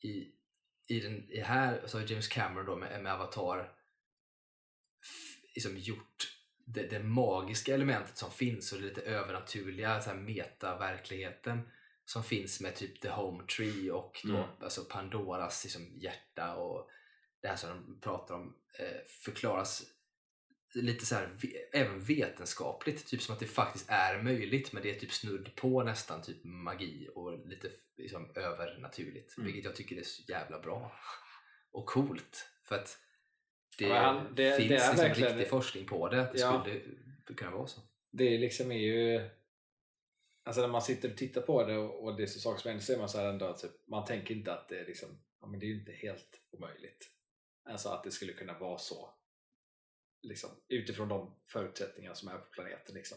så har James Cameron då med Avatar liksom gjort det magiska elementet som finns och det lite övernaturliga, så här meta-verkligheten som finns med typ The Home Tree och då, alltså Pandoras liksom hjärta och det här som de pratar om förklaras lite så här även vetenskapligt, typ som att det faktiskt är möjligt, men det är typ snudd på nästan typ magi och lite liksom övernaturligt, vilket jag tycker är så jävla bra och coolt, för att det finns liksom verkligen riktig forskning på det, att det skulle kunna vara så. Det liksom är ju, alltså när man sitter och tittar på det och det är så saker som ändå ser man så här ändå, typ, man tänker inte att det är liksom, ja, men det är ju inte helt omöjligt, alltså att det skulle kunna vara så liksom, utifrån de förutsättningar som är på planeten liksom.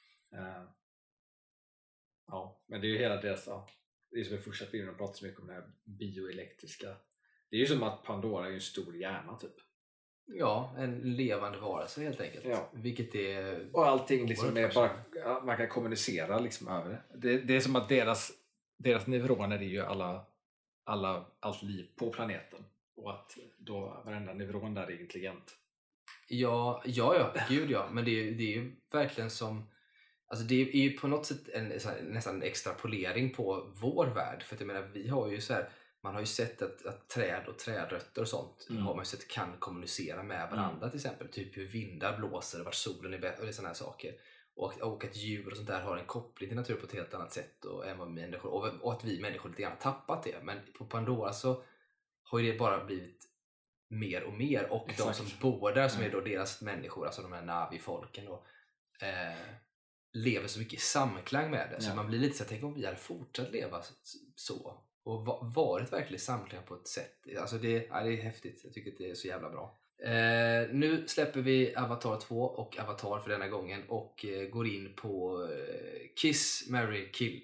Ja, men det är ju hela deras, det är som i första filmen, de pratar så mycket om det här bioelektriska. Det är ju som att Pandora är en stor hjärna typ. Ja, en levande varelse helt enkelt. Ja. Vilket är... Och allting liksom är bara, man kan kommunicera liksom över det. Det är som att deras neuroner är ju allt liv på planeten. Och att då varenda neuron där är intelligent. Ja, gud ja. Men det är ju verkligen som... Alltså det är ju på något sätt nästan en extrapolering på vår värld. För att jag menar, vi har ju så här... Man har ju sett att träd och trädrötter och sånt har man ju sett kan kommunicera med varandra till exempel. Typ hur vindar blåser, vart solen är bättre och sådana här saker. Och att djur och sånt där har en koppling till natur på ett helt annat sätt än vad människor. Och att vi människor lite grann tappat det. Men på Pandora så har ju det bara blivit mer och mer. Och de som bor där, som är då deras människor, alltså de här Navi-folken då, lever så mycket i samklang med det. Så man blir lite så här, tänk om vi hade fortsatt leva så. Och varit verkligen samklang på ett sätt. Alltså det är häftigt. Jag tycker att det är så jävla bra. Nu släpper vi Avatar 2 och Avatar för denna gången. Och går in på Kiss, Marry, Kill.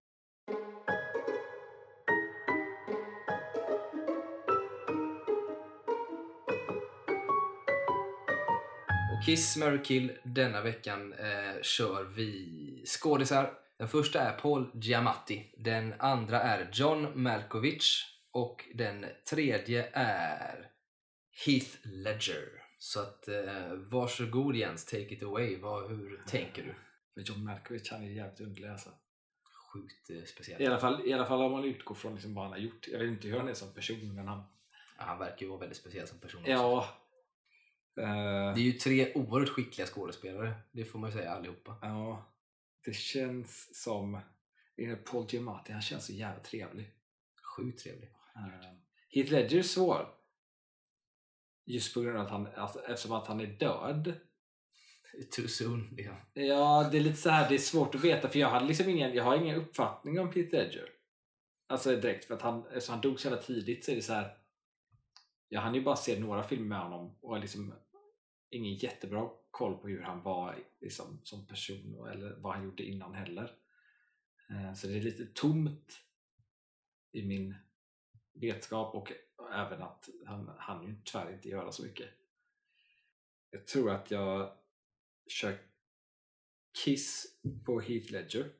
Och Kiss, Marry, Kill denna veckan kör vi skådisar. Den första är Paul Giamatti, den andra är John Malkovich och den tredje är Heath Ledger. Så att varsågod Jens, take it away. Hur tänker du? Men John Malkovich, han är jävligt underlig alltså. Sjukt speciellt. I alla fall om man utgår från liksom vad han har gjort. Jag vet inte hur han är som person, men han verkar ju vara väldigt speciell som person också. Ja. Det är ju 3 oerhört skickliga skådespelare. Det får man ju säga allihopa. Ja. Det känns som Paul Giamatti, han känns så jävla trevlig. Sjukt trevlig. Heath Ledger är svår. Just på grund av att eftersom att han är död. Too soon. Ja, det är lite så här, det är svårt att veta. För jag har ingen uppfattning om Heath Ledger. alltså direkt, för att eftersom han dog så jävla tidigt så är det så här. Jag hann ju bara se några filmer med honom och liksom ingen jättebra koll på hur han var liksom, som person eller vad han gjorde innan heller. Så det är lite tomt i min vetskap, och även att han ju tyvärr inte göra så mycket. Jag tror att jag kör Kiss på Heath Ledger.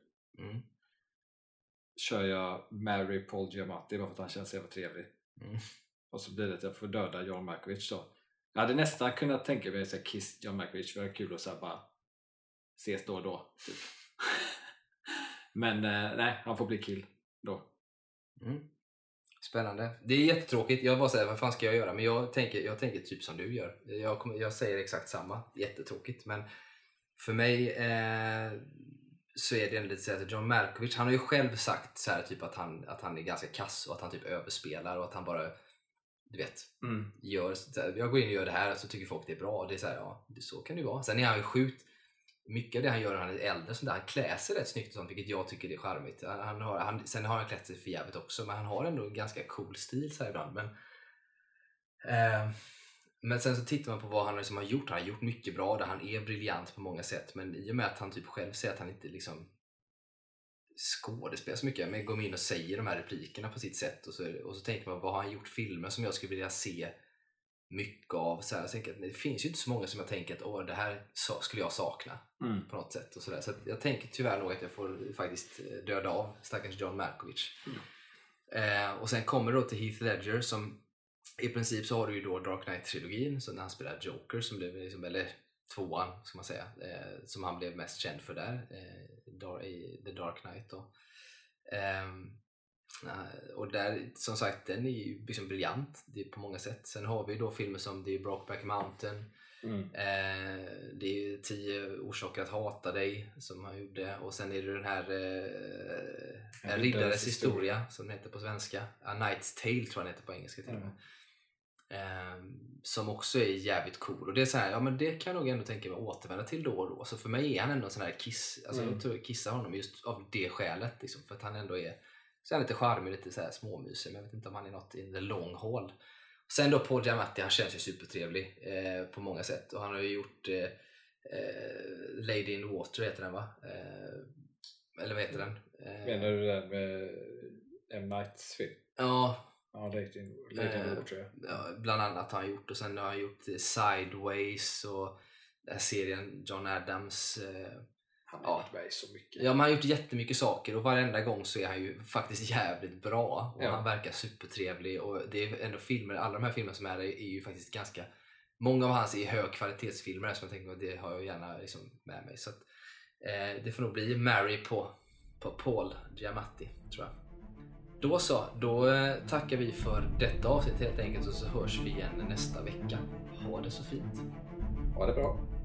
Kör jag Mary Paul Giamatti bara för att han känns så jävla trevlig. Och så blir det att jag får döda John Malkovich då. Jag hade nästan kunnat tänka mig att Kiss John Malkovich, för det är kul att så bara ses då och då typ. Men nej, han får bli kill då. Spännande. Det är jättetråkigt. Jag bara säger, vad fan ska jag göra? Men jag tänker typ som du gör. Jag säger exakt samma. Jättetråkigt. Men för mig så är det ändå lite så att John Malkovich, han har ju själv sagt så här, typ att han är ganska kass och att han typ överspelar och att han bara, du vet, gör så här, jag går in och gör det här och så tycker folk det är bra. Det är så här, ja, så kan det vara. Sen är han ju sjukt mycket av det han gör när han är äldre, så där han klär sig rätt snyggt och sånt, vilket jag tycker är charmigt. Sen har han klätt sig för jävligt också, men han har ändå en ganska cool stil så här ibland. Men sen så tittar man på vad han liksom har gjort. Han har gjort mycket bra där han är briljant på många sätt, men i och med att han typ själv säger att han inte liksom skådespelar så mycket, men går in och säger de här replikerna på sitt sätt, och så tänker man, vad har han gjort filmer som jag skulle vilja se mycket av, så här, jag tänker att det finns ju inte så många som jag tänker att det här skulle jag sakna på något sätt och sådär. Så att jag tänker tyvärr nog att jag får faktiskt döda av stackars John Malkovich. Och sen kommer då till Heath Ledger, som i princip så har du ju då Dark Knight-trilogin, så när han spelar Joker som blev liksom, eller tvåan ska man säga, som han blev mest känd för där i The Dark Knight då. Och där, som sagt, den är ju liksom briljant, det är på många sätt. Sen har vi då filmer som The Brokeback Mountain, det är 10 orsaker att hata dig som han gjorde, och sen är det den här En riddares historia som den heter på svenska, A Knight's Tale tror jag den heter på engelska till och med. Som också är jävligt cool, och det är så här, ja men det kan jag nog ändå tänka mig återvända till då och då. Så för mig är han ändå en sån här Kiss, alltså jag tror jag kissar honom just av det skälet liksom, för att han ändå är så lite charmig, lite så här småmysig, men jag vet inte om han är något in the long haul. Sen då Paul Giamatti, han känns ju supertrevlig på många sätt, och han har ju gjort Lady in the Water heter den va? Eller vad heter den? Menar du den med M. Nights film? Ja. Ja, Lady in the Water. Ja, bland annat har han gjort, och sen har han gjort Sideways och den här serien John Adams. Han har gjort mig så mycket. Ja, man har gjort jättemycket saker, och varenda gång så är han ju faktiskt jävligt bra, och han verkar supertrevlig, och det är ändå filmer, alla de här filmerna som är ju faktiskt ganska, många av hans är högkvalitetsfilmer som jag tänker att det har jag gärna liksom med mig, så att det får nog bli Mary på Paul Giamatti tror jag. Då så, då tackar vi för detta avsnitt helt enkelt, och så hörs vi igen nästa vecka. Ha det så fint. Ha det bra.